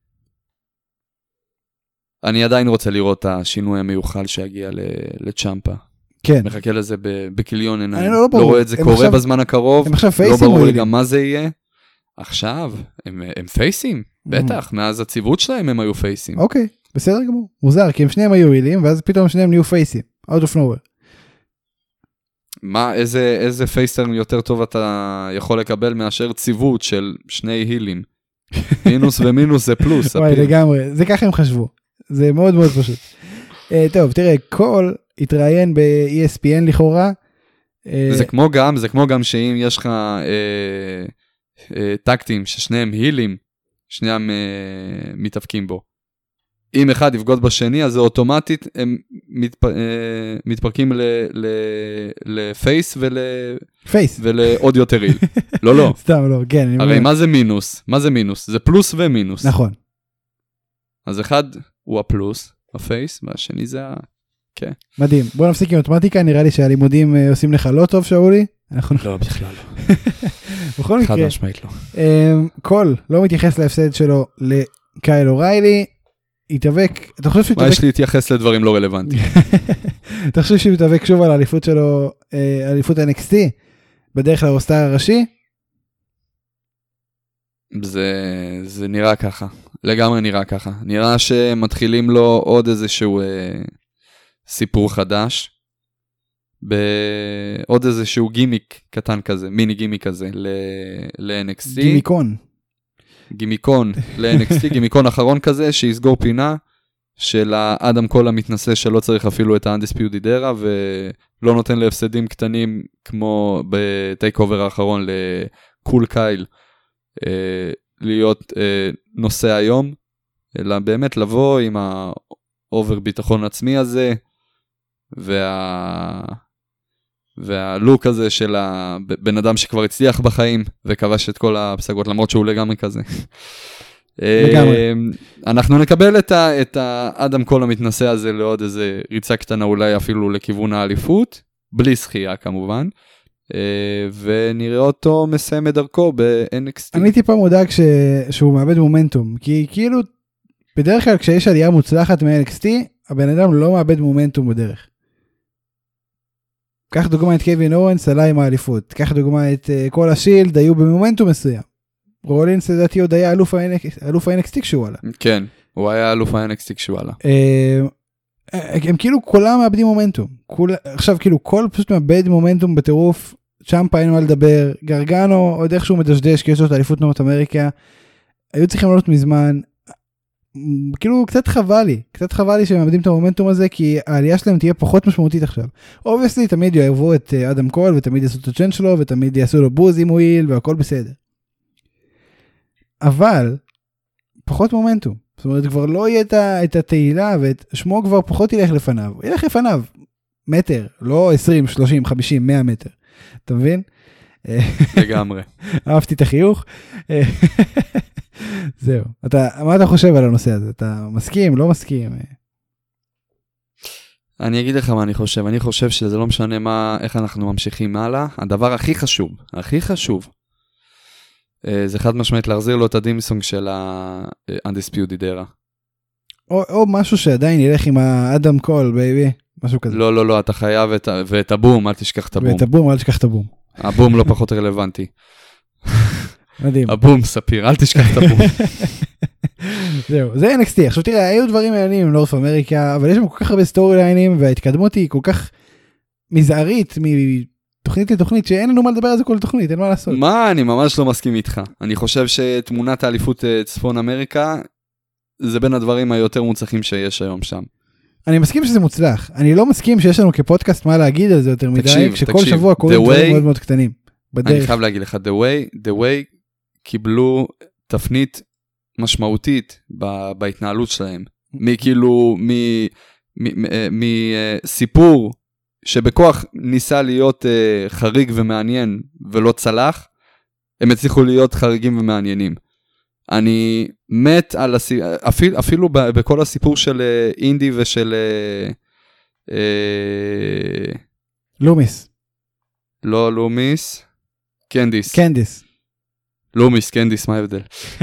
אני עדיין רוצה לראות את השינוי המיוחל שיגיע לצ'מפה. כן. מחכה לזה בקליון עיניים. לא רואה את זה קורה בזמן הקרוב. לא ברור לי גם מה זה יהיה. עכשיו, הם פייסים. בטח, מאז הציבות שלהם הם היו פייסים. אוקיי, בסדר גמור. מוזר, כי הם שניהם היו הילים, ואז פתאום שניהם נהיו פייסים. Out of nowhere. מה, איזה פייסטרן יותר טוב אתה יכול לקבל מאשר ציבות של שני הילים? מינוס ומינוס זה פלוס. וואי, לגמרי. זה ככה הם חשבו. זה מאוד מאוד פשוט. טוב, תראה, קול התראיין ב-ESPN לכאורה. זה כמו גם שאם יש לך טקטים ששניהם הילים, שניהם מתאפקים בו. אם אחד יבגוד בשני, אז זה אוטומטית, הם מתפרקים לפייס ולעוד יותר היל. לא. סתם לא, כן. הרי מה זה מינוס? מה זה מינוס? זה פלוס ומינוס. נכון. אז אחד הוא הפלוס, הפייס, והשני זה כן. מדהים. בוא נפסיק עם מתמטיקה, נראה לי שהלימודים עושים לך לא טוב, שאולי. לא, בכלל לא. בכל מקרה. חד משמעית לא. קול לא מתייחס להפסד שלו לקייל אוריילי, יתאבק, אתה חושב שהוא יתאבק? מה יש להתייחס לדברים לא רלוונטיים? אתה חושב שהוא יתאבק שוב על האליפות שלו, אליפות NXT, בדרך לרוסטר הראשי? זה נראה ככה, לגמרי נראה ככה. נראה שמתחילים לו עוד איזשהו סיפור חדש, בעוד איזשהו גימיק קטן כזה, מיני גימיק כזה ל-NXT. גימיקון ל-NXT, גימיקון אחרון כזה, שיסגור פינה של האדם קול המתנסה שלא צריך אפילו את ה-Undisputed Era, ולא נותן להפסדים קטנים כמו בטייק אובר האחרון לקול קייל, להיות נושא היום, אלא באמת לבוא עם האובר ביטחון עצמי הזה, והלוק הזה של הבן אדם שכבר הצליח בחיים, וכבש את כל הפסגות, למרות שהוא לגמרי כזה. אנחנו נקבל את האדם קול המתנסה הזה לעוד איזה ריצה קטנה, אולי אפילו לכיוון האליפות, בלי שחייה כמובן, ונראה אותו מסיים את דרכו ב-NXT. אני טיפה מודאג שהוא מאבד מומנטום, כי כאילו בדרך כלל כשיש עלייה מוצלחת מ-NXT, הבן אדם לא מאבד מומנטום בדרך. קח דוגמה את קווין אורנס, עלה עם האליפות. קח דוגמה את כל השילד, היו במומנטום מסוים. רולינס לדעתי עוד היה אלוף ה-NXT כשהוא עלה. כן, הוא היה אלוף ה-NXT כשהוא עלה. הם כאילו כולם מאבדים מומנטום. עכשיו כאילו כל פשוט מאבד מומנטום בטירוף, צ'מפה אין מה לדבר, גרגנו עוד איכשהו מדשדש, כי יש לו את האליפות נורט אמריקה, היו צריכים לעלות מזמן, כאילו קצת חבל לי שהם מאבדים את המומנטום הזה, כי העלייה שלהם תהיה פחות משמעותית עכשיו. אובייסלי תמיד יאהבו את אדם קול, ותמיד יעשו את הצ'אנט שלו, ותמיד יעשו לו בוז אם הוא איל, והכל בסדר. אבל, פחות מומנטום. זאת אומרת, כבר לא יהיה את התהילה, ושמו כבר פחות ילך לפניו. מטר, לא 20, 30, 50, 100 מטר. אתה מבין? לגמרי. אהבתי את החיוך. זהו. מה אתה חושב על הנושא הזה? אתה מסכים, לא מסכים? אני אגיד לך מה אני חושב. אני חושב שזה לא משנה איך אנחנו ממשיכים הלאה. הדבר הכי חשוב, זה חד משמעית להחזיר לו את הדימסונג של ה-Undisputed Era. או משהו שעדיין ילך עם האדם קול, בייבי. משהו כזה. לא, אתה חייב ואת הבום, אל תשכח את הבום. ואת הבום, אל תשכח את הבום. הבום לא פחות רלוונטי. מדהים. הבום, ספיר, אל תשכח את הבום. זהו, זה NXT. עכשיו תראה, היו דברים מעניינים עם נורף אמריקה, אבל יש שם כל כך הרבה סטורי ליינים, וההתקדמות היא כל כך מזערית, מתוכנית לתוכנית, שאין לנו מה לדבר על זה כל תוכנית, אין מה לעשות. מה? אני ממש לא מסכים איתך. אני חושב שתמונת האליפות צפון אמריקה, זה בין הדברים היותר מוצלחים שיש היום שם. אני מסכים שזה מוצלח. אני לא מסכים שיש לנו כפודקאסט מה להגיד על זה יותר מדי, כשכל שבוע קוראים דברים מאוד מאוד קטנים. בדרך. אני חייב להגיד לך, The Way קיבלו תפנית משמעותית בהתנהלות שלהם. מכאילו, מסיפור שבכוח ניסה להיות חריג ומעניין ולא צלח, הם הצליחו להיות חריגים ומעניינים. אני מת על אפילו בכל הסיפור של אינדי ושל לומיס. לא לומיס, קנדיס. לומיס, קנדיס, מה ההבדל?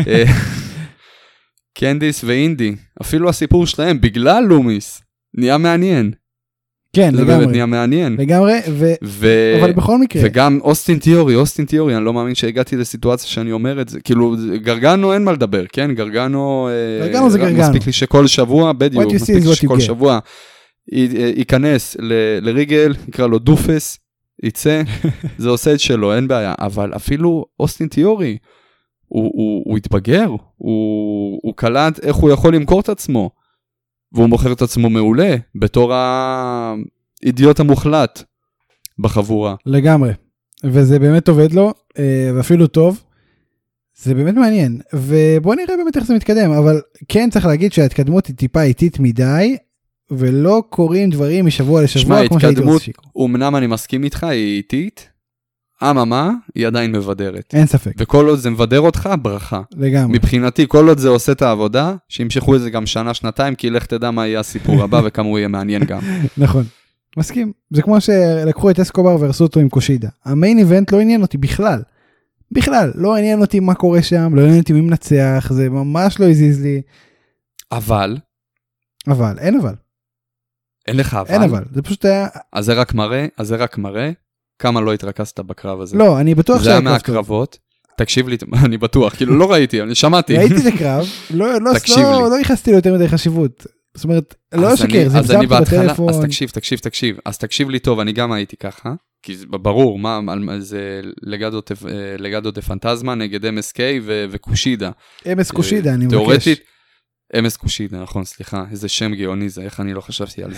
קנדיס ואינדי, אפילו הסיפור שלהם, בגלל לומיס, נהיה מעניין. כן, לגמרי. זה באמת נהיה מעניין. לגמרי, אבל בכל מקרה. וגם אוסטין תיאורי, אני לא מאמין שהגעתי לסיטואציה שאני אומר את זה. כאילו, גרגנו אין מה לדבר, כן? גרגנו זה גרגנו. מספיק לי שכל שבוע, בדיוק, מספיק לי שכל שבוע ייכנס לריגל, יקרא לו דופס, יצא, זה עושה את שלו, אין בעיה. אבל אפילו אוסטין תיאורי, הוא התבגר, הוא קלט איך הוא יכול למכור את עצמו, והוא מוכר את עצמו מעולה, בתור האידיוט המוחלט בחבורה. לגמרי, וזה באמת עובד לו, ואפילו טוב, זה באמת מעניין, ובוא נראה באמת איך זה מתקדם, אבל כן צריך להגיד שההתקדמות היא טיפה איטית מדי, ולא קורים דברים משבוע לשבוע, כמו שהייתי רוצה שיקרו. אמנם אני מסכים איתך, היא איטית, אממה, היא עדיין מבדרת. אין ספק. וכל עוד זה מבדר אותך, ברכה. לגמרי. מבחינתי, כל עוד זה עושה את העבודה, שימשכו את זה גם שנה, שנתיים, כי לך תדע מה יהיה הסיפור הבא, וכמה הוא יהיה מעניין גם. נכון. מסכים. זה כמו שלקחו את אסקובר והרסו אותו עם קושידה. המיין איבנט לא עניין אותי בכלל. בכלל. לא עניין אותי מה קורה שם, לא עניין אותי מי מנצח, זה ממש לא הזיז לי. אבל. אין אבל. אין לך אבל. אין אבל. זה פשוט היה... אז זה רק מראה כמה לא התרכזת בקרב הזה. לא, אני בטוח זה היה מהקרבות. תקשיב לי, אני בטוח, כאילו לא ראיתי, אני שמעתי. ראיתי את הקרב, לא ייחסתי לו יותר מדי חשיבות. זאת אומרת, לא שקר, זה זמתי בטלפון. אז תקשיב לי טוב, אני גם הייתי ככה, כי זה ברור, זה לגדו דה פנטזמה נגד MSK וקושידה. MS קושידה, אני מבקש. תיאורטית, MS קושידה, נכון, סליחה, איזה שם גאוני זה, איך אני לא חשבתי על זה.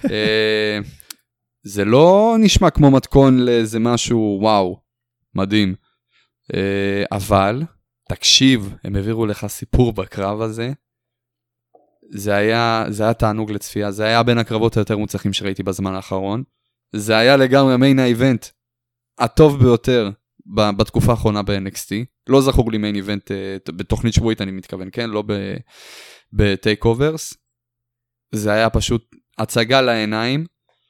זה לא נשמע כמו מתכון לאיזה משהו, וואו, מדהים. אבל, תקשיב, הם העבירו לך סיפור בקרב הזה, זה היה תענוג לצפייה, זה היה בין הקרבות היותר מוצלחים שראיתי בזמן האחרון, זה היה לגמרי מיין האיבנט הטוב ביותר בתקופה האחרונה ב-NXT, לא זכור לי מיין איבנט בתוכנית שבועית אני מתכוון, כן? לא בטייק אוברס, זה היה פשוט הצגה לעיניים,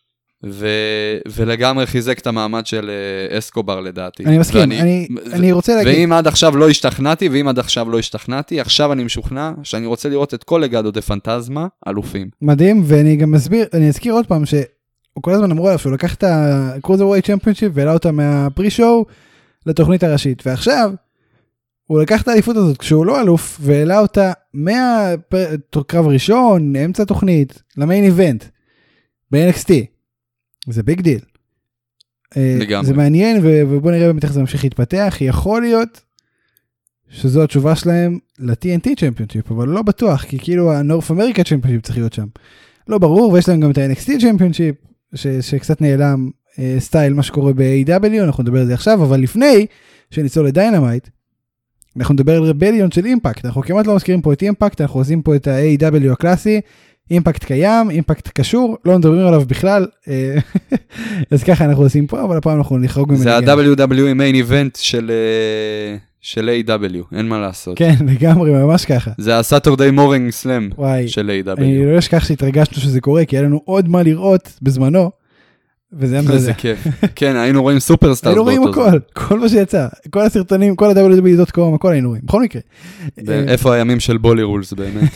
ולגמרי חיזק את המעמד של אסקובר לדעתי. אני מסכים, אני רוצה להגיד. ואם עד עכשיו לא השתכנעתי, עכשיו אני משוכנע שאני רוצה לראות את כל לגדו דה פנטזמה אלופים. מדהים, ואני גם אני אזכיר עוד פעם שהוא כל הזמן אמרו עליו שהוא לקח את ה-Cruiserweight Championship והעלה אותה מהפרי-שואו לתוכנית הראשית, ועכשיו הוא לקח את האליפות הזאת כשהוא לא אלוף, והעלה אותה מהקרב ראשון, אמצע תוכנית, למיין איבנט, ב-NXT. זה ביג דיל. זה מעניין, ובוא נראה באמת איך זה ממשיך להתפתח. יכול להיות שזו התשובה שלהם ל-TNT Championship, אבל לא בטוח, כי כאילו ה-North America Championship צריך להיות שם. לא ברור, ויש להם גם את ה-NXT Championship, שקצת נעלם סטייל מה שקורה ב-AW, אנחנו נדבר על זה עכשיו, אבל לפני שניצול לדיינמייט, אנחנו נדבר על רבליון של אימפקט. אנחנו כמעט לא מזכירים פה את אימפקט, אנחנו עושים פה את ה-AW הקלאסי, אימפקט קיים, אימפקט קשור, לא מדברים עליו בכלל, אז ככה אנחנו עושים פה, אבל הפעם אנחנו נחרוג ממנו. זה ה-WWE main event של A.W, אין מה לעשות. כן, לגמרי, ממש ככה. זה ה-Saturday morning slam של A.W. אני לא אשכח שהתרגשנו שזה קורה, כי היה לנו עוד מה לראות בזמנו, וזה היה איזה כיף. כן, היינו רואים סופרסטארס. היינו רואים הכל, כל מה שיצא, כל הסרטונים, כל ה-WWE.com, הכל היינו רואים, בכל מקרה. איפה הימים של בולי רולס באמת?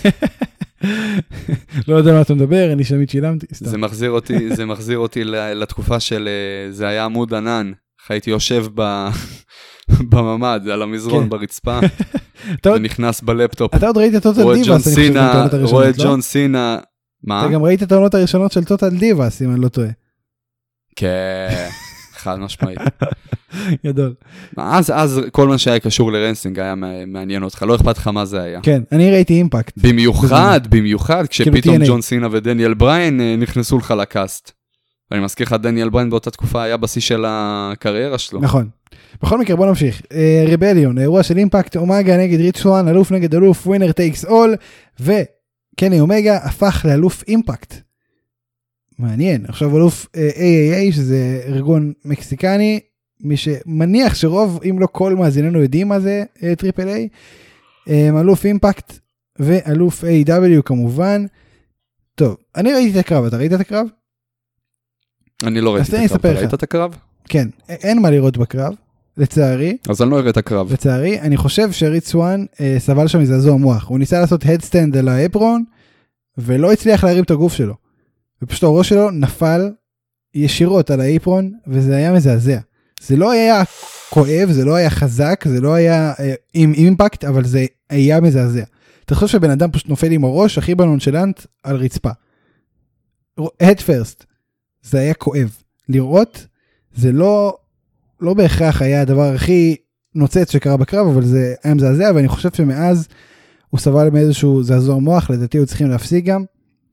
לא יודע מה אתה מדבר, אני שמית שילמתי. זה מחזיר אותי לתקופה של, זה היה עמוד ענן, הייתי יושב בממד, על המזרון ברצפה, ונכנס בלפטופ. אתה עוד ראית את טוטל דיבאס, רואה ג'ון סינה, מה? אתה גם ראית את העונות הראשונות של טוטל דיבאס, אם אני לא טועה. כן, חד משמעית. גדול. אז כל מה שהיה קשור לרנסינג היה מעניין אותך, לא אכפת לך מה זה היה. כן, אני ראיתי אימפקט. במיוחד, כשפתאום ג'ון סינה ודניאל בריין נכנסו לך לקאסט. ואני מזכיר לך, דניאל בריין באותה תקופה היה בשיא של הקריירה שלו. נכון. בכל מקרה בוא נמשיך. ריבליון, האירוע של אימפקט, אומגה נגד ריצ'ואן, אלוף נגד אלוף, ווינר טייקס אול, וקני אומגה הפך לאלוף אימפקט. מעניין. עכשיו אלוף AAA, שזה ארגון מקסיקני, מי שמניח שרוב, אם לא כל מאזיננו יודעים מה זה טריפל איי, אלוף אימפקט ואלוף AW כמובן. טוב, אני ראיתי את הקרב, אתה ראית את הקרב? אני לא ראיתי את הקרב, אתה ראית את הקרב? כן, אין מה לראות בקרב, לצערי. אז אני לא אראה את הקרב. לצערי, אני חושב שריצ'ואן סבל שם מזעזוע מוח. הוא ניסה לעשות הדסטנד על האפרון, ולא הצליח להרים את הגוף שלו. ופשוט הראש שלו נפל ישירות על האפרון, וזה היה מזעזע. זה לא היה כואב, זה לא היה חזק, זה לא היה עם אימפקט, אבל זה היה מזעזע. אתה חושב שבן אדם פשוט נופל עם הראש, הכי בנונשלנט, על רצפה. head first. זה היה כואב. לראות, זה לא בהכרח היה הדבר הכי נוצץ שקרה בקרב, אבל זה היה מזעזע, ואני חושב שמאז הוא סבל מאיזשהו זעזוע מוח, לדעתי הוא צריכים להפסיק גם.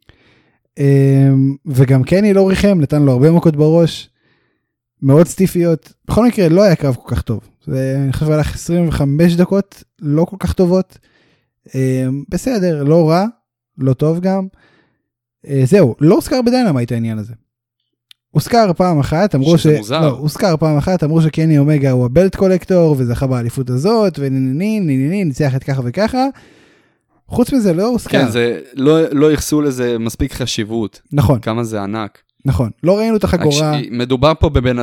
וגם קני לא ריחם, נתן לו הרבה מכות בראש, מאוד סטיפיות. בכל מקרה לא היה קרב כל כך טוב. אני חושב שהלך 25 דקות, לא כל כך טובות. בסדר, לא רע, לא טוב גם. זהו, לא הוזכר בדיינמייט העניין הזה. הוזכר פעם אחת, אמרו שקני אומגה הוא הבלט קולקטור, וזכה באליפות הזאת, ניצח את ככה וככה. חוץ מזה לא הוזכר. כן, לא יחסו לזה מספיק חשיבות. נכון. כמה זה ענק. נכון, לא ראינו את החגורה. מדובר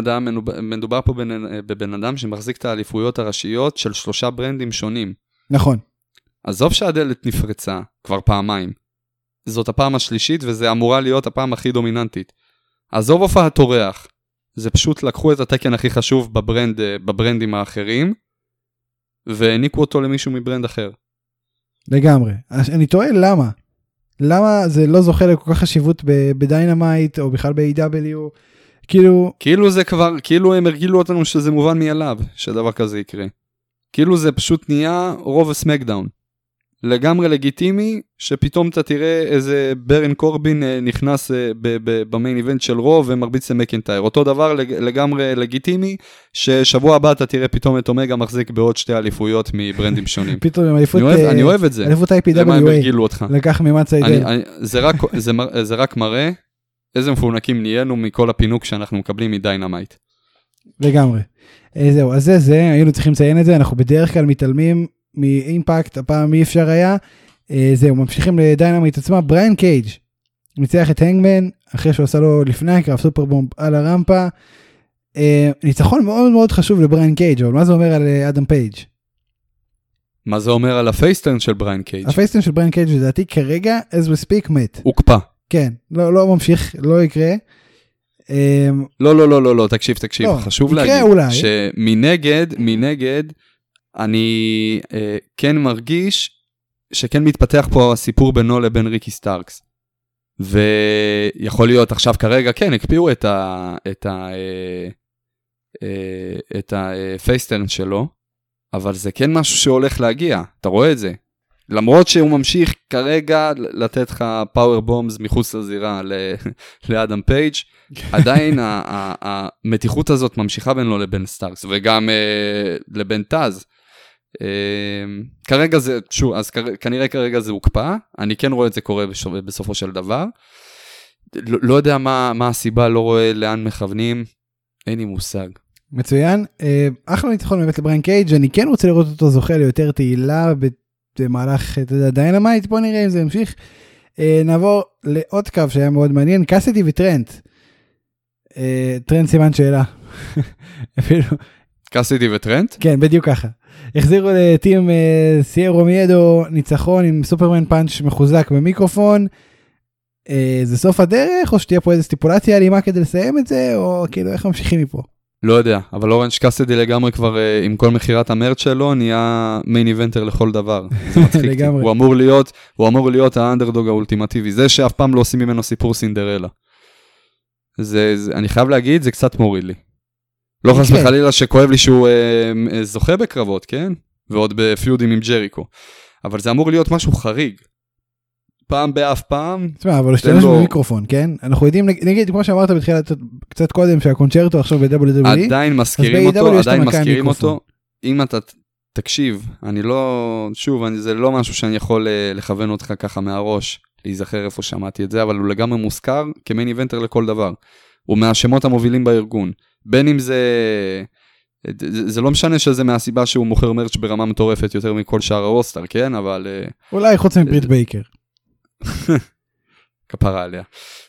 פה בבן אדם שמחזיק את האליפויות הראשיות של 3 ברנדים שונים. נכון. עזוב שהדלת נפרצה כבר פעמיים. זאת הפעם השלישית, וזה אמורה להיות הפעם הכי דומיננטית. עזוב הופעת אורח. זה פשוט לקחו את התקן הכי חשוב בברנדים האחרים, והעניקו אותו למישהו מברנד אחר. לגמרי. אני תוהה למה. למה זה לא זוכה לכל כך חשיבות בדיינמייט, או בכלל ב-AW, כאילו זה כבר, כאילו הם הרגילו אותנו שזה מובן מאליו, שדבר כזה יקרה. כאילו זה פשוט נהיה רוב הסמקדאון. לגמרי לגיטימי, שפתאום אתה תראה איזה ברן קורבין נכנס במיין איבנט של רו, ומרביץ למקינטייר. אותו דבר לגמרי לגיטימי, ששבוע הבא אתה תראה פתאום את אומגה מחזיק בעוד 2 אליפויות מברנדים שונים. פתאום עם אליפות, אני אוהב את זה. אליפות IPWA, לקח ממצא אידל. זה רק מראה איזה מפונקים נהיינו מכל הפינוק שאנחנו מקבלים מדיינמייט. לגמרי. זהו, אז זה, היינו צריכים לציין את זה, אנחנו בדרך כלל מתעלמים מאימפקט, הפעם אי אפשר היה. זהו, ממשיכים לדיינמייט עצמה. בריין קייג' ניצח את הנגמן, אחרי שהוא עשה לו לפני הקרב סופרבומב על הרמפה. ניצחון מאוד מאוד חשוב לבריין קייג', אבל מה זה אומר על אדם פייג'? מה זה אומר על הפייסטרן של בריין קייג'? הפייסטרן של בריין קייג' לדעתי כרגע, as we speak, מת. הוקפא. כן, לא ממשיך, לא יקרה. לא, תקשיב, חשוב להגיד, שמנגד, אני כן מרגיש שכן מתפתח פה הסיפור בינו לבין ריקי סטארקס. ויכול להיות עכשיו כרגע, כן, הקפיאו את הפייסטרן שלו, אבל זה כן משהו שהולך להגיע, אתה רואה את זה. למרות שהוא ממשיך כרגע לתת לך פאוור בומס מחוץ לזירה לאדם פייג', עדיין המתיחות הזאת ממשיכה בינו לבין סטארקס, וגם לבין טאז. כרגע זה, שוב, אז כנראה כרגע זה הוקפא, אני כן רואה את זה קורה בסופו של דבר, לא יודע מה הסיבה, לא רואה לאן מכוונים, אין לי מושג. מצוין, אחלה ניצחון באמת לבריין קייג', אני כן רוצה לראות אותו זוכה ליותר תהילה במהלך דיינמייט, בוא נראה אם זה ימשיך. נעבור לעוד קו שהיה מאוד מעניין, קאסידי וטרנט. טרנט סימן שאלה. אפילו. קאסידי וטרנט? כן, בדיוק ככה. החזירו לטים סיירו מיידו ניצחון עם סופרמן פאנץ' מחוזק במיקרופון. זה סוף הדרך, או שתהיה פה איזו סטיפולציה אלימה כדי לסיים את זה, או כאילו איך ממשיכים מפה? לא יודע, אבל אורנג' קאסידי לגמרי כבר עם כל מחירת המרץ שלו, נהיה מיין איבנטר לכל דבר. זה מצחיק. הוא אמור להיות האנדרדוג האולטימטיבי. זה שאף פעם לא עושים ממנו סיפור סינדרלה. אני חייב להגיד, זה קצת מוריד לי. לא חס וחלילה שכואב לי שהוא זוכה בקרבות, כן? ועוד בפיודים עם ג'ריקו. אבל זה אמור להיות משהו חריג. פעם באף פעם. תשמע, אבל השתמש במיקרופון, כן? אנחנו יודעים, נגיד, כמו שאמרת בתחילת, קצת קודם, שהקונצ'רטו עכשיו ב-WWE, עדיין מזכירים אותו, אם אתה תקשיב, אני לא, שוב, זה לא משהו שאני יכול לכוון אותך ככה מהראש, להיזכר איפה שמעתי את זה, אבל הוא לגמרי מוזכר כמיין איבנטר לכל דבר. הוא מהשמות המובילים בארגון. בין אם זה לא משנה שזה מהסיבה שהוא מוכר מרץ' ברמה מטורפת יותר מכל שאר הרוסטר, כן? אבל... אולי חוץ מברית בייקר. כפרה עליה.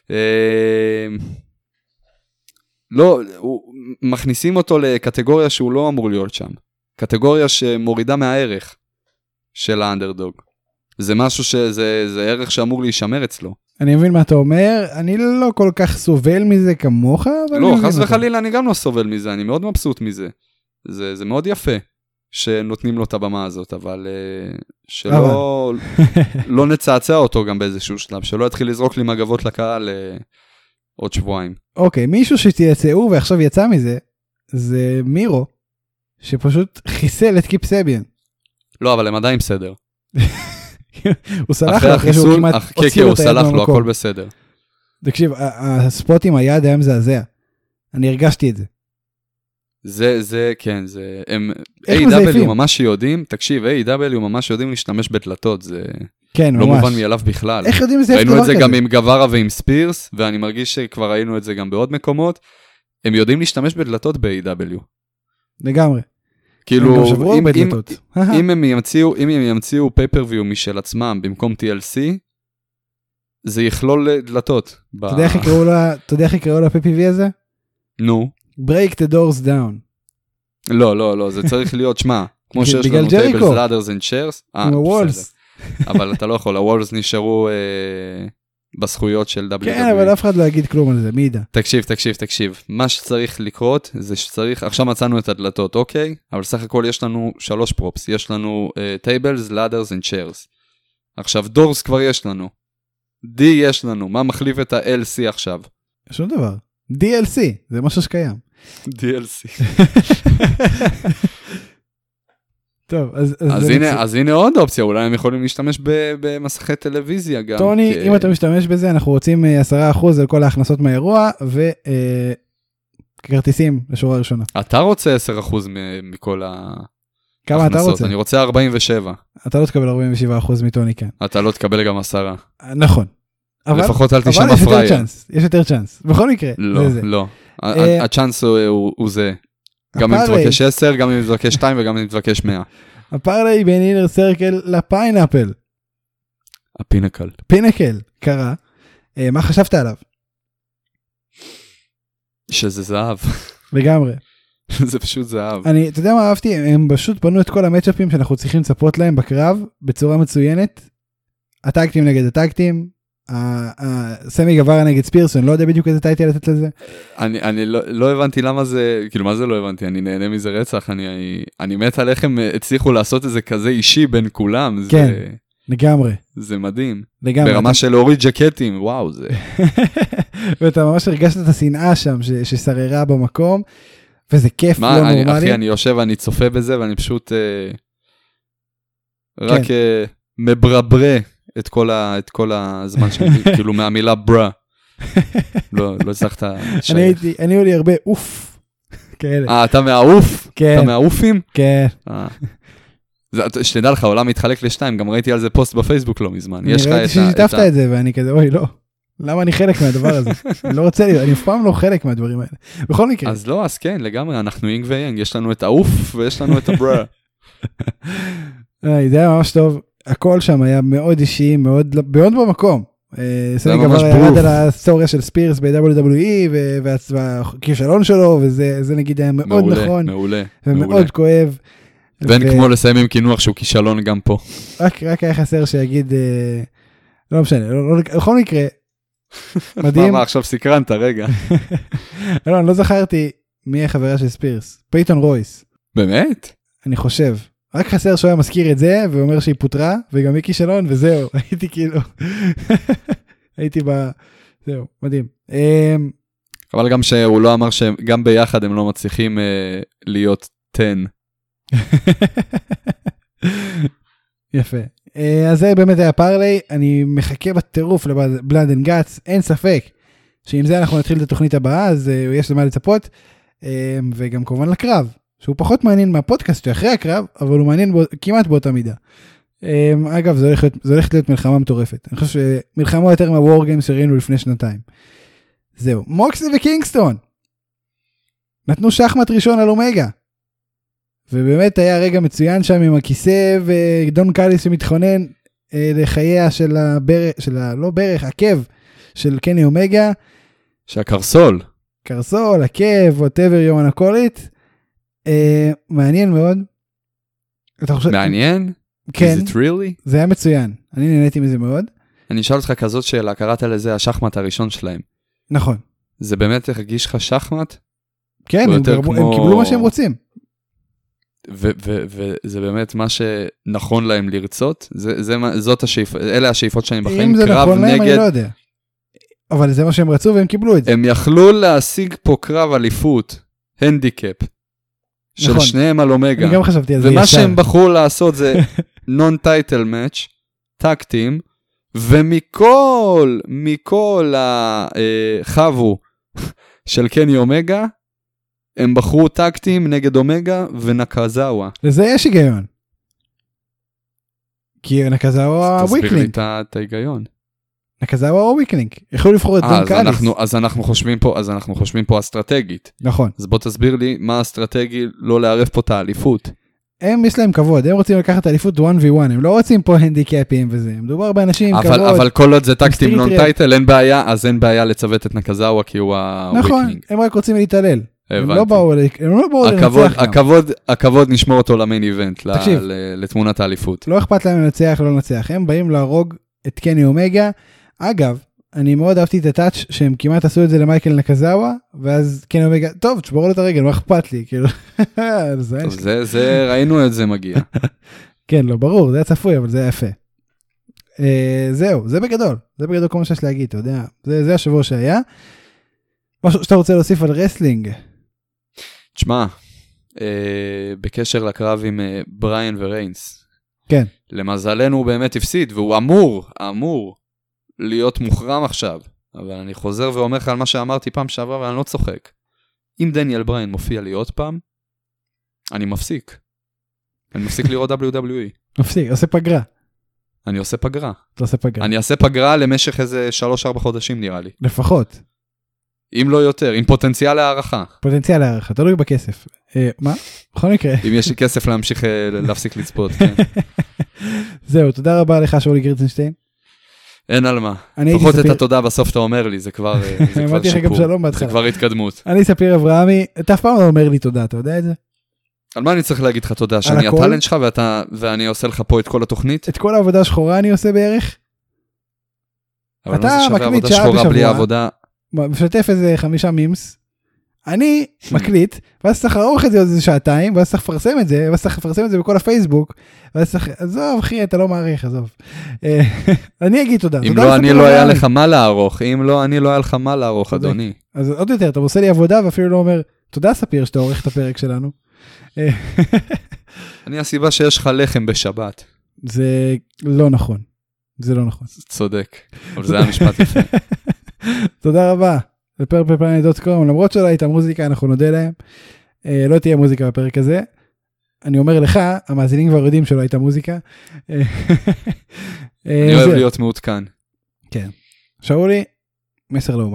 לא, מכניסים אותו לקטגוריה שהוא לא אמור להיות שם. קטגוריה שמורידה מהערך של האנדרדוג. זה משהו זה ערך שאמור להישמר אצלו. אני מבין מה אתה אומר, אני לא כל כך סובל מזה כמוך, אבל... לא, חס וחלילה אני גם לא סובל מזה, אני מאוד מבסוט מזה. זה מאוד יפה שנותנים לו את הבמה הזאת, אבל שלא לא נצעצע אותו גם באיזשהו שלב, שלא יתחיל לזרוק לי מגבות לקהל עוד שבועיים. אוקיי, מישהו שתייצאו ועכשיו יצא מזה, זה מירו, שפשוט חיסל את קיפ סביאן. לא, אבל הם עדיין בסדר. הוא סלח לו אחרי שהוא כמעט הוציא לו את היד מהמקום. הכל בסדר. תקשיב, הספוט עם היד היה מזעזע. אני הרגשתי את זה. זה, כן, זה... A.W. ממש יודעים, תקשיב, A.W. ממש יודעים להשתמש בדלתות, זה כן, לא מובן מאליו בכלל. איך יודעים זה? ראינו את זה גם עם גווארה ועם ספירס, ואני מרגיש שכבר ראינו את זה גם בעוד מקומות. הם יודעים להשתמש בדלתות ב-A.W. לגמרי. כאילו, אם הם ימציאו פייפריוויו משל עצמם במקום TLC, זה יכלול דלתות. אתה יודע איך יקראו ל-PPV הזה? נו. Break the doors down. לא, זה צריך להיות, שמה, כמו שיש לנו tables, ladders and chairs. וולס. אבל אתה לא יכול, הוולס נשארו בזכויות של WWE. כן, אבל אף אחד לא יגיד כלום על זה, מי ידע? תקשיב. מה שצריך לקרות, זה שצריך, עכשיו מצאנו את הדלתות, אוקיי? אבל סך הכל יש לנו 3 פרופס, יש לנו tables, ladders and chairs. עכשיו, doors כבר יש לנו. D יש לנו, מה מחליף את ה-LC עכשיו? שום דבר. DLC, זה משהו שקיים. DLC. טוב, אז הנה עוד אופציה, אולי הם יכולים להשתמש במסכי טלוויזיה גם. טוני, אם אתה משתמש בזה, אנחנו רוצים 10% על כל ההכנסות מהאירוע, וכרטיסים לשורה הראשונה. אתה רוצה 10% מכל ההכנסות. כמה אתה רוצה? אני רוצה 47. אתה לא תקבל 47% מטוני כאן. אתה לא תקבל גם 10. נכון. לפחות אל תשמע פרייר. יש יותר צ'אנס, בכל מקרה. לא. הצ'אנס הוא זה. גם אם תבקש 10, גם אם תבקש 2 וגם אם תבקש 100. הפרלי בין אינר סרקל לפיינאפל. פינקל, קרה. מה חשבת עליו? שזה זהב. לגמרי. זה פשוט זהב. אתה יודע מה אהבתי? הם פשוט בנו את כל המצ'אפים שאנחנו צריכים לצפות להם בקרב בצורה מצוינת. הטאגטים נגד הטאגטים. סמי גווארה נגד ספירס, אני לא יודע בדיוק איזה טייטל לתת לזה. אני לא הבנתי למה זה, כאילו מה זה לא הבנתי, אני נהנה מזה רצח, אני מת על איך הם הצליחו לעשות את זה כזה אישי בין כולם. כן, לגמרי. זה מדהים. ברמה של להוריד ג'קטים, וואו זה. ואתה ממש הרגשת את השנאה שם ששררה במקום, וזה כיף לא נורמלי. אחי, אני יושב ואני צופה בזה ואני פשוט רק מברברה את כל הזמן שלי, כאילו מהמילה ברה. לא הצלחת לשייך. אני היו לי הרבה אוף כאלה. אתה מהאוף? כן. אתה מהאופים? כן. שתדע לך, העולם מתחלק לשתיים, גם ראיתי על זה פוסט בפייסבוק לא מזמן. אני ראיתי ששיתפת את זה, ואני כזה, אוי לא, למה אני חלק מהדבר הזה? אני לא רוצה להיות, אני אף פעם לא חלק מהדברים האלה. בכל מקרה. אז לא, אז כן, לגמרי, אנחנו יינג ויינג, יש לנו את האוף ויש לנו את הברה. זה היה ממש טוב. הכל שם היה מאוד אישי, מאוד במקום. סמי גווארה ירד על ההיסטוריה של ספירס ב-WWE, והכישלון שלו, וזה נגיד היה מאוד נכון. מעולה. ומאוד כואב. ואין כמו לסיים עם כינוח שהוא כישלון גם פה. רק היה חסר שיגיד, לא משנה, בכל מקרה, מדהים. מה, עכשיו סקרנת, רגע. לא, אני לא זכרתי מי החברה של ספירס. פייטון רויס. באמת? אני חושב. רק חסר שהוא היה מזכיר את זה, ואומר שהיא פוטרה, וגם היא כישלון, וזהו. הייתי כאילו, זהו, מדהים. אבל גם שהוא לא אמר שגם ביחד הם לא מצליחים להיות 10. יפה. אז זה באמת היה פרלי, אני מחכה בטירוף לבלאד אנד גאטס, אין ספק שעם זה אנחנו נתחיל את התוכנית הבאה, אז יש למה לצפות, וגם כמובן לקרב, שהוא פחות מעניין מהפודקאסט שאחרי הקרב, אבל הוא מעניין כמעט באותה מידה. אגב, זה הולך להיות מלחמה מטורפת, אני חושב שמלחמה יותר מהוור גיימס שראינו לפני שנתיים. זהו, מוקסלי וקינגסטון, נתנו שחמט ראשון על אומגה, ובאמת היה רגע מצוין שם עם הכיסא, ודון קאליס שמתכונן לחייה של לא ברך, עקב של קני אומגה. שהקרסול. קרסול, עקב, whatever you wanna call it. מעניין מאוד. מעניין? כן. Is it really? זה היה מצוין. אני נהניתי מזה מאוד. אני אשאל אותך כזאת שאלה, קראת לזה השחמט הראשון שלהם. נכון. זה באמת הרגיש לך שחמט? כן, הם קיבלו מה שהם רוצים. וזה באמת מה שנכון להם לרצות? זאת השאיפה, אלה השאיפות שלהם בחיים. אם זה נכון להם, אני לא יודע. אבל זה מה שהם רצו והם קיבלו את זה. הם יכלו להשיג פה קרב אליפות, הנדיקאפ, של שניהם על אומגה. אני גם חשבתי על זה. ומה שהם בחרו לעשות זה non-title match, טקטים, ומכל החבו של קני אומגה, הם בחרו טקטים נגד אומגה ונקזאווה. לזה יש היגיון. כי נקזאווה וויקלינק. תסביר לי את ההיגיון. נקזאווה או וויקלינק. יכולו לבחור את דון קאליס. אז אנחנו חושבים פה אסטרטגית. נכון. אז בוא תסביר לי מה האסטרטגי לא לערב פה את האליפות. יש להם כבוד, הם רוצים לקחת האליפות 1v1, הם לא רוצים פה הנדיקאפים וזה, הם מדובר באנשים עם כבוד. אבל כל עוד זה טקטים נון טייטל, אין בעיה, אז אין בעיה לצוות את נקזאווה כי הוא הוויקלינג. נכון, הם רק רוצים להתעלל. הם לא באו לנצח. הכבוד נשמור אותו למיין איבנט, לתמונת האליפות. לא אכפת להם לנצח, לא לנצח. הם באים להרוג את קני אומגה. אגב, אני מאוד אהבתי את הטאץ' שהם כמעט עשו את זה למייקל נקזאווה, ואז קני אומגה, טוב, תשבור לו את הרגל, לא אכפת לי. זה ראינו את זה מגיע. כן, לא, ברור, זה היה צפוי, אבל זה היה יפה. זהו, זה בגדול. זה בגדול כל מה שיש להגיד, אתה יודע. זה השבוע שהיה. משהו שאתה רוצה להוסיף על רסלינג? תשמע, בקשר לקרב עם בריין וריינס. כן. למזלנו הוא באמת הפסיד, והוא אמור להיות מוחרם עכשיו. אבל אני חוזר ואומר לך על מה שאמרתי פעם שעברה, ואני לא צוחק. אם דניאל בריין מופיע לי עוד פעם, אני מפסיק. אני מפסיק לראות WWE. מפסיק, עושה פגרה. אני עושה פגרה. אתה עושה פגרה. אני אעשה פגרה למשך איזה 3-4 חודשים נראה לי. לפחות. אם לא יותר, עם פוטנציאל להערכה. פוטנציאל להערכה, תלוי בכסף. מה? בכל מקרה. אם יש לי כסף להפסיק לצפות, כן. זהו, תודה רבה לך שאולי גרצנשטיין. אין על מה. לפחות את התודה בסוף אתה אומר לי, זה כבר שיפור. זה כבר התקדמות. אני ספיר אברהמי, אתה אף פעם לא אומר לי תודה, אתה יודע את זה? על מה אני צריך להגיד לך תודה? שאני הטלנט שלך ואני עושה לך פה את כל התוכנית? את כל העבודה השחורה אני עושה בערך? אבל מה זה שווה עבודה שחורה בלי העבודה? משתף איזה 5 מימס, אני מקליט, ואז צריך לערוך את זה עוד איזה שעתיים, ואז צריך לפרסם את זה, ואז צריך לפרסם את זה בכל הפייסבוק, ואז צריך, עזוב אחי, אתה לא מעריך, עזוב. אני אגיד תודה. אם לא, אני לא היה לך מה לערוך, אם לא, אני לא היה לך מה לערוך, אדוני. אז עוד יותר, אתה עושה לי עבודה, ואפילו לא אומר, תודה ספיר שאתה עורך את הפרק שלנו. אני הסיבה שיש לך לחם בשבת. זה לא נכון. זה לא נכון. צודק, אבל זה היה משפט יפה. תודה רבה. לפרפלפלנט.com, למרות שלא הייתה מוזיקה, אנחנו נודה להם. לא תהיה מוזיקה בפרק הזה. אני אומר לך, המאזינים כבר יודעים שלא הייתה מוזיקה. אני אוהב להיות מעודכן. כן. שאולי, מסר לאומה.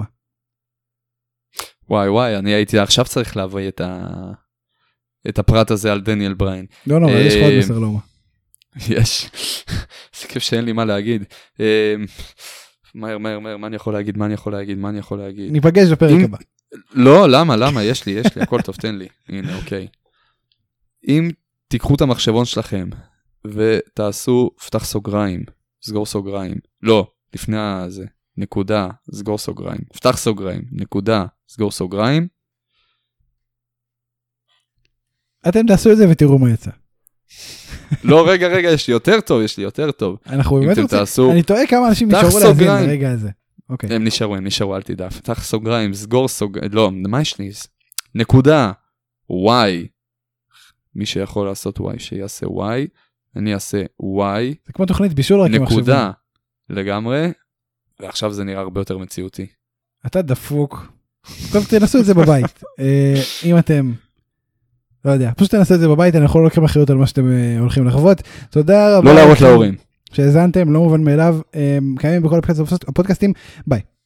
וואי, אני הייתי עכשיו צריך להביא את הפרט הזה על דניאל בריין. לא, יש לך עוד מסר לאומה. יש. זה כיף שאין לי מה להגיד. מהר, מה אני יכול להגיד? ניפגש בפרק הבא. לא, למה? יש לי, הכל טוב, תן לי. הנה, אוקיי. אם תיקחו את המחשבון שלכם, ותעשו פתח סוגריים, סגור סוגריים, לא, לפני הזה, נקודה, סגור סוגריים, פתח סוגריים, נקודה, סגור סוגריים. אתם תעשו את זה ותראו מה יצא. לא, רגע, יש לי יותר טוב. אנחנו באמת רוצים, אני טועה כמה אנשים נשארו להבין ברגע הזה. הם נשארו, אל תדע. פתח סוגריים, סגור סוגריים, לא, מה יש לי? נקודה, Y, מי שיכול לעשות Y, שיעשה Y, אני אעשה Y, זה כמו תוכנית בישול רק עם מחשבים. נקודה לגמרי, ועכשיו זה נראה הרבה יותר מציאותי. אתה דפוק. טוב, תנסו את זה בבית. אם אתם, לא יודע, פשוט תנסו את זה בבית, אני יכול לא לקחת אחריות על מה שאתם הולכים לחוות. תודה רבה. לא להראות להורים. שהזנתם, לא מובן מאליו, קיימים בכל הפודקאסטים, ביי.